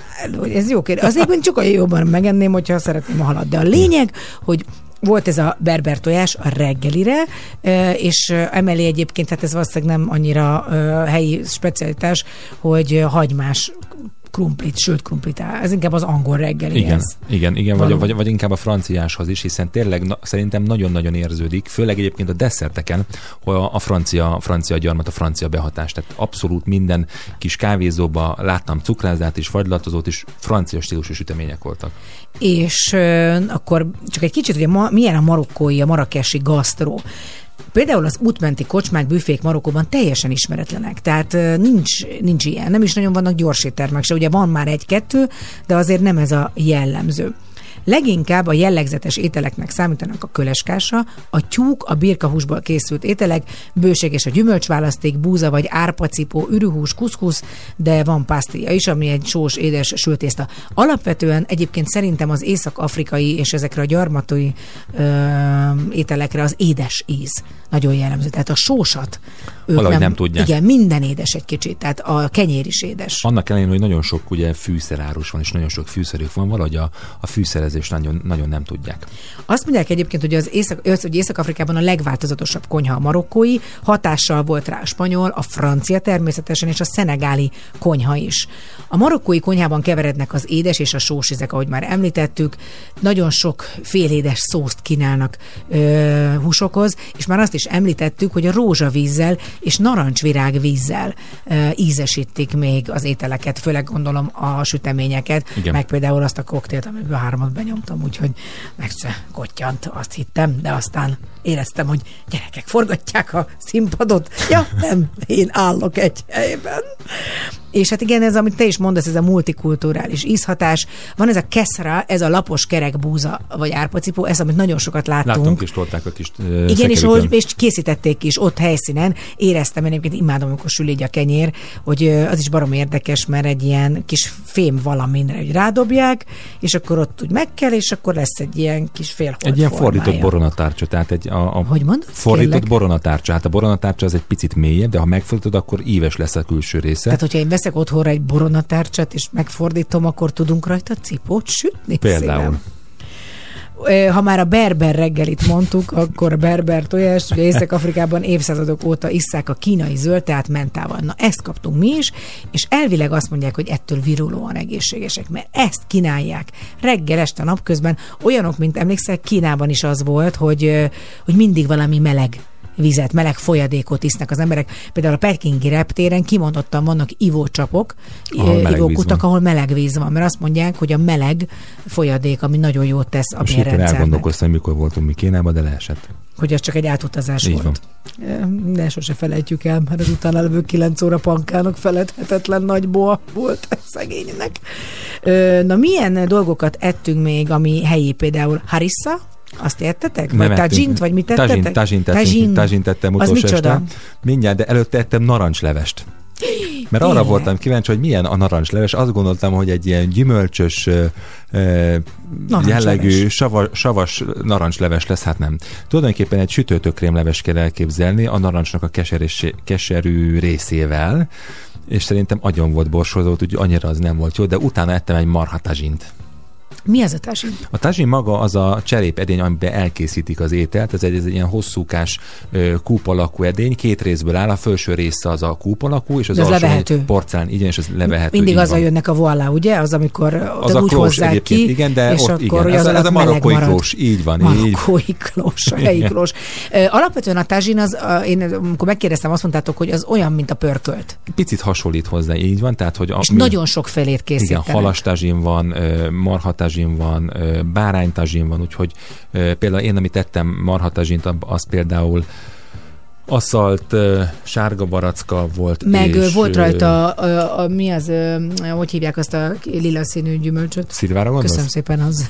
Ez jó kérdés. Azért én sokkal jobban megenném, hogyha szeretném a halat. De a lényeg, hogy volt ez a berber tojás a reggelire, és emellé egyébként, hát ez valószínűleg nem annyira helyi specialitás, hogy hagymás krumplit, sült krumplit áll. Ez inkább az angol reggelihez. Igen, igen, igen vagy, vagy, vagy inkább a franciáshoz is, hiszen tényleg na, szerintem nagyon-nagyon érződik, főleg egyébként a desszerteken, hogy a, a francia, francia gyarmat, a francia behatás. Tehát abszolút minden kis kávézóba láttam cukrázát is, fagylatozót is, francia stílusú sütemények voltak. És euh, akkor csak egy kicsit, ugye ma, milyen a marokkói, a marrakesi gasztró. Például az útmenti kocsmák, büfék Marokkóban teljesen ismeretlenek, tehát nincs, nincs ilyen, nem is nagyon vannak gyorséttermek se, ugye van már egy-kettő, de azért nem ez a jellemző. Leginkább a jellegzetes ételeknek számítanak a köleskása, a tyúk, a birkahúsból készült ételek, bőséges a gyümölcsválaszték, búza vagy árpacipó, ürühús, kuszkusz, de van pasztilla is, ami egy sós, édes sültészta. Alapvetően egyébként szerintem az észak-afrikai és ezekre a gyarmatói ö, ételekre az édes íz nagyon jellemző. Tehát a sósat ők valahogy nem, nem tudják. Igen, minden édes egy kicsit, tehát a kenyér is édes. Annak ellenére, hogy nagyon sok ugye fűszerárus van, és nagyon sok fűszerük van, valahogy a, a fűszerezést nagyon, nagyon nem tudják. Azt mondják egyébként, hogy az Észak, hogy Észak-Afrikában a legváltozatosabb konyha a marokkói, hatással volt rá a spanyol, a francia természetesen, és a szenegáli konyha is. A marokkói konyhában keverednek az édes és a sós ízek, ahogy már említettük, nagyon sok félédes szószt kínálnak ö, húsokhoz, és már azt is említettük, hogy a rózsavízzel és narancsvirágvízzel ö, ízesítik még az ételeket, főleg gondolom a süteményeket, igen. Meg például azt a koktélt, amiből hármat benyomtam, úgyhogy megszekottyant, azt hittem, de aztán éreztem, hogy gyerekek forgatják a színpadot. Ja, nem, én állok egy helyben. És hát igen, ez, amit te is mondasz, ez a multikulturális ízhatás. Van ez a keszra, ez a lapos kerek búza, vagy árpacipó, ez, amit nagyon sokat láttunk. Láttunk is, tolták a kis uh, igen, és, hogy, és készítették is ott helyszínen. Éreztem, én egyébként imádom, amikor sül így a kenyér, hogy az is barom érdekes, mert egy ilyen kis fém valamire, hogy rádobják, és akkor ott úgy meg kell, és akkor lesz egy ilyen kis félhold egy ilyen formája. Fordított boronatárcsa, tehát egy a, a hogy mondod? Fordított Kérlek? boronatárcsa. Hát a boronatárcsa az egy picit mélyebb, de ha megfordítod, akkor íves lesz a külső része. Tehát, hogyha én veszek otthonra egy boronatárcsát, és megfordítom, akkor tudunk rajta cipót sütni? Például. Szívem. Ha már a berber reggelit mondtuk, akkor a berber tojást, ugye Észak-Afrikában évszázadok óta isszák a kínai zöld, tehát mentával. Na, ezt kaptunk mi is, és elvileg azt mondják, hogy ettől virulóan egészségesek, mert ezt kínálják reggel, este, napközben. Olyanok, mint emlékszel, Kínában is az volt, hogy, hogy mindig valami meleg vizet, meleg folyadékot isznak az emberek. Például a pekingi reptéren kimondottan vannak ivócsapok, Ahol meleg víz ivókutak, van. ahol meleg víz van, mert azt mondják, hogy a meleg folyadék, ami nagyon jót tesz a Most hirtelen bérrendszernek. elgondolkoztam, mikor voltunk mi Kínában, de leesett. Hogy ez csak egy átutazás Így volt. De sose felejtjük el, mert az utána levő kilenc óra pankának feledhetetlen nagy boa volt szegénynek. Ö, Na milyen dolgokat ettünk még, ami helyi, például harissa? Azt értetek? Vagy Nem ettünk. tajint, vagy mit tettetek? Tajin, tajin tettünk, Tajin. tajin tettem Az utolsó micsoda? este. Mindjárt, de előtte ettem narancslevest. Mert arra Tényleg? voltam kíváncsi, hogy milyen a narancsleves. Azt gondoltam, hogy egy ilyen gyümölcsös, ö, ö, Narancsleves. jellegű, sava, savas narancsleves lesz, hát nem. Tulajdonképpen egy sütőtökrémleves kell elképzelni a narancsnak a keserés, keserű részével, és szerintem agyon volt borsózott, úgyhogy annyira az nem volt jó, de utána ettem egy marha tajint. Mi az a tajin? A tajin maga az a cserépedény, amiben elkészítik az ételt. Ez egy, ez egy ilyen hosszúkás ö, kúp alakú edény, két részből áll, a felső része az a kúp alakú, és az De az alsó levehető. egy porcelán, igen, és az levehető. Mindig így azzal van. jönnek a voilá, ugye? Az, amikor Az a úgy klós hozzák egyébként, ki, igen, de és ott akkor igen. hogy Ez, az a- ez a alatt meleg marokkói marad. klós, így van. Így. Marokkói klós, a helyi klós. Ö, Alapvetően a tajin az, a- én amikor megkérdeztem, azt mondtátok, hogy az olyan, mint a pörkölt. Picit hasonlít hozzá, így van. Tehát, hogy a, És nagyon sok felét igen, készítenek. halastazsin van, ö, marhatazsin van, ö, báránytazsin van, úgyhogy ö, például én, amit tettem marhatazsint, ab- az például aszalt ö, sárga baracka volt. Meg és, volt ö, rajta, a, a, a, mi az, ö, hogy hívják azt a lila színű gyümölcsöt? Szilvára gondolsz? Köszönöm szépen, az.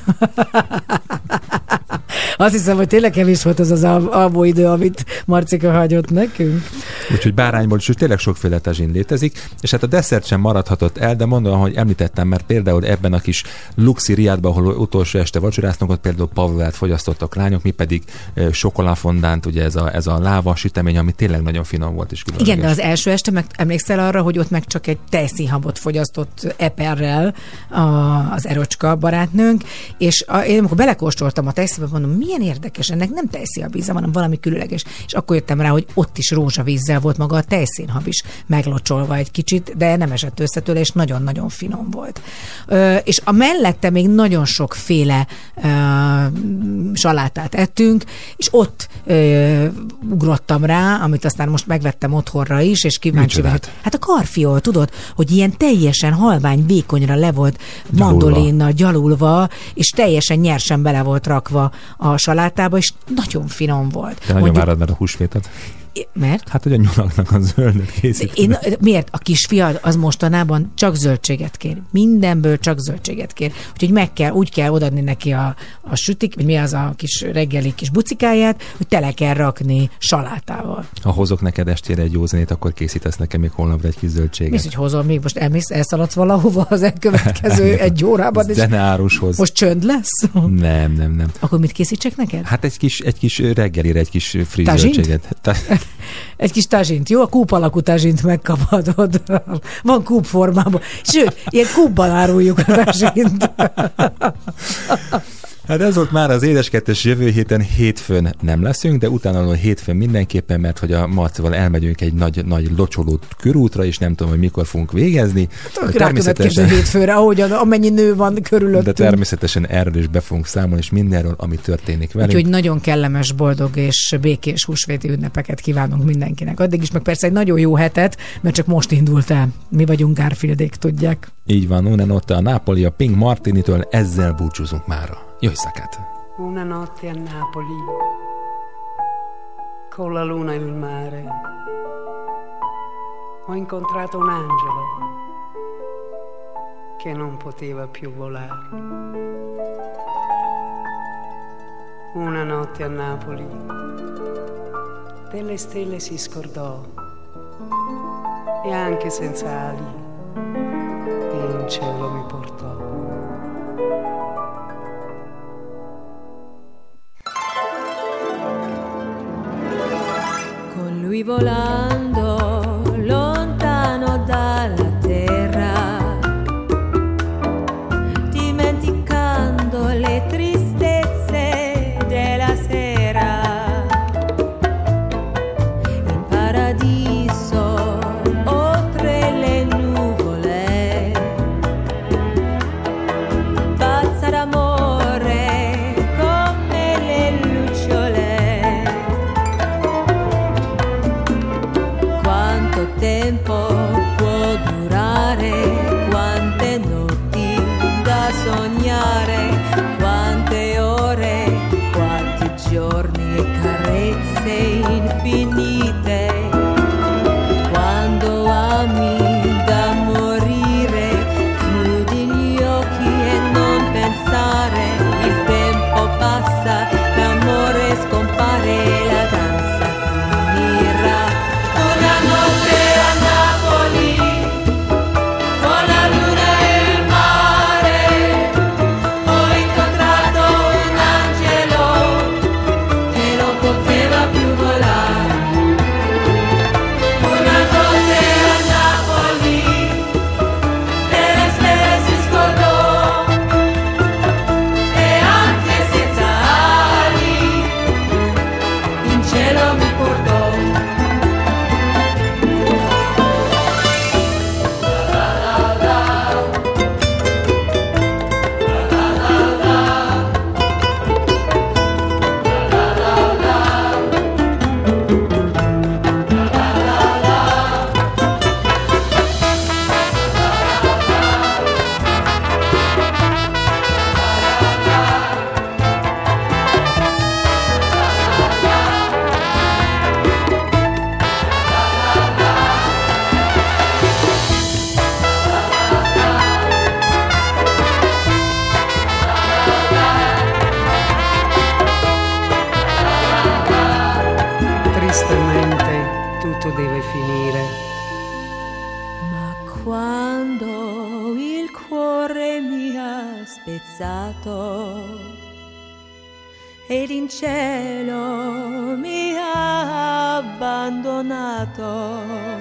Azt hiszem, hogy tényleg kevés volt az az al- alvóidő, amit Marcika hagyott nekünk. Úgyhogy bárányból is tényleg sokféle tazsin létezik, és hát a desszert sem maradhatott el, de mondom, hogy említettem, mert például ebben a kis luxi riádban, ahol utolsó este vacsoráztunk, ott például pavlát fogyasztottak lányok, mi pedig eh, sokoláfondánt, ugye ez a, ez a láva sütemény, ami tényleg nagyon finom volt és különleges. Igen, de az első este meg emlékszel arra, hogy ott meg csak egy tejszínhabot fogyasztott eperrel a, az erocska barátnőnk, és a, én amikor belekóstoltam a tejszínbe, mondom, milyen érdekes, ennek nem tejszínhab íze, hanem valami különleges. És akkor jöttem rá, hogy ott is rózsavízzel volt maga a tejszínhab is meglocsolva egy kicsit, de nem esett össze tőle, és nagyon-nagyon finom volt. Ö, és a mellette még nagyon sokféle ö, salátát ettünk, és ott ö, ugrottam rá, amit aztán most megvettem otthonra is, és kíváncsi Micsodát? vagyok. Hát a karfiol, tudod, hogy ilyen teljesen halvány, vékonyra le volt Gyalulva. mandolinnal gyalulva, és teljesen nyersen bele volt rakva a salátába, és nagyon finom volt. Te nagyon Mondjuk- várad már a húsvétot. Mert? Hát, hogy a nyulaknak a zöldet készíteni. Én, miért? A kisfiad az mostanában csak zöldséget kér. Mindenből csak zöldséget kér. Úgyhogy meg kell, úgy kell odaadni neki a, a sütik, vagy mi az a kis reggeli kis bucikáját, hogy tele kell rakni salátával. Ha hozok neked estére egy jó zenét, akkor készítesz nekem még holnapra egy kis zöldséget. Mi az, hogy hozol még? Most elmész, elszaladsz valahova az elkövetkező egy órában, és Zeneárushoz. most csönd lesz? Nem, nem, nem. Akkor mit készítsek neked? Hát egy kis, egy kis reggelire, egy kis friss Tazsint? zöldséget. Ta- Egy kis tazsint, jó? A kúp alakú tazsint megkaphatod. Van kúp formában. Sőt, ilyen kúpban áruljuk a tazsint. Hát ez volt már az édeskettes, jövő héten hétfőn nem leszünk, de utána a hétfőn mindenképpen, mert hogy a Marcival elmegyünk egy nagy, nagy locsoló körútra, és nem tudom, hogy mikor fogunk végezni. De Rákövetkező hétfőre, ahogyan amennyi nő van körülöttünk. de természetesen erről is be fogunk számolni, és mindenről, ami történik velünk. Úgyhogy nagyon kellemes, boldog és békés húsvéti ünnepeket kívánunk mindenkinek. Addig is, meg persze egy nagyon jó hetet, mert csak most indult el. Mi vagyunk Garfieldék, tudják. Így van, Una Notte a Napoli, a Pink Martinitől, ezzel búcsúzunk mára. Jó éjszakát! Una notte a Napoli, con la luna e il mare, ho incontrato un angelo che non poteva più volare. Una notte a Napoli, delle stelle si scordò e anche senza ali in cielo mi portò. Con lui volando lontano dalla terra, dimenticando le tristezze della sera, in paradiso oltre le nuvole, pazza d'amore come le lucciole. Quanto tempo può durare, quante notti da sognare, quante ore, quanti giorni e carezze infinite. Quando ami da morire, chiudi gli occhi e non pensare, il tempo passa, l'amore scompare, la danza finirà. Una notte a Napoli, con la luna e il mare, ho incontrato un angelo che non poteva più volare. Una notte a Napoli, delle stelle si scordò, e anche senza ali, in cielo mi portò. Tristemente tutto deve finire. Ma quando il cuore mi ha spezzato ed in cielo mi ha abbandonato,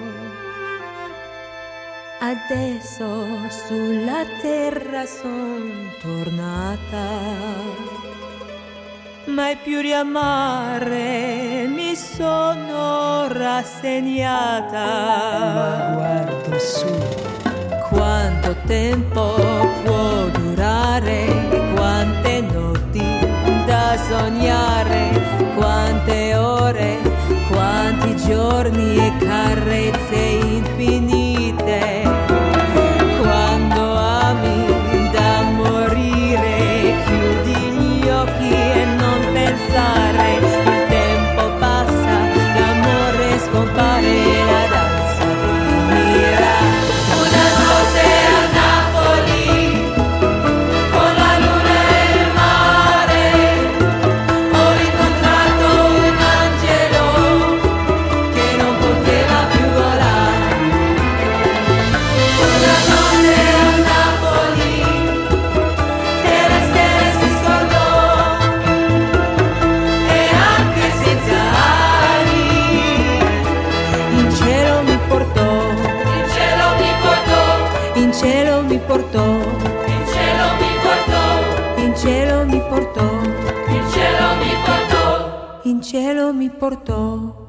adesso sulla terra son tornata, mai più riamare mi sono rassegnata. Ma guardo su, quanto tempo può durare, quante notti da sognare, quante ore, quanti giorni e carezze infinite. Quando ami da morire, chiudi gli occhi e non pensare, il tempo passa, l'amore scompare, la danza finirà. Una notte a Napoli, con la luna e il mare, ho incontrato un angelo che non poteva più volare. Una notte a Napoli, delle stelle si scordò, e anche senza ali, in cielo mi portò, in cielo mi portò, in cielo mi portò, in cielo mi portò, in cielo mi portò, in cielo mi portò, in cielo mi portò.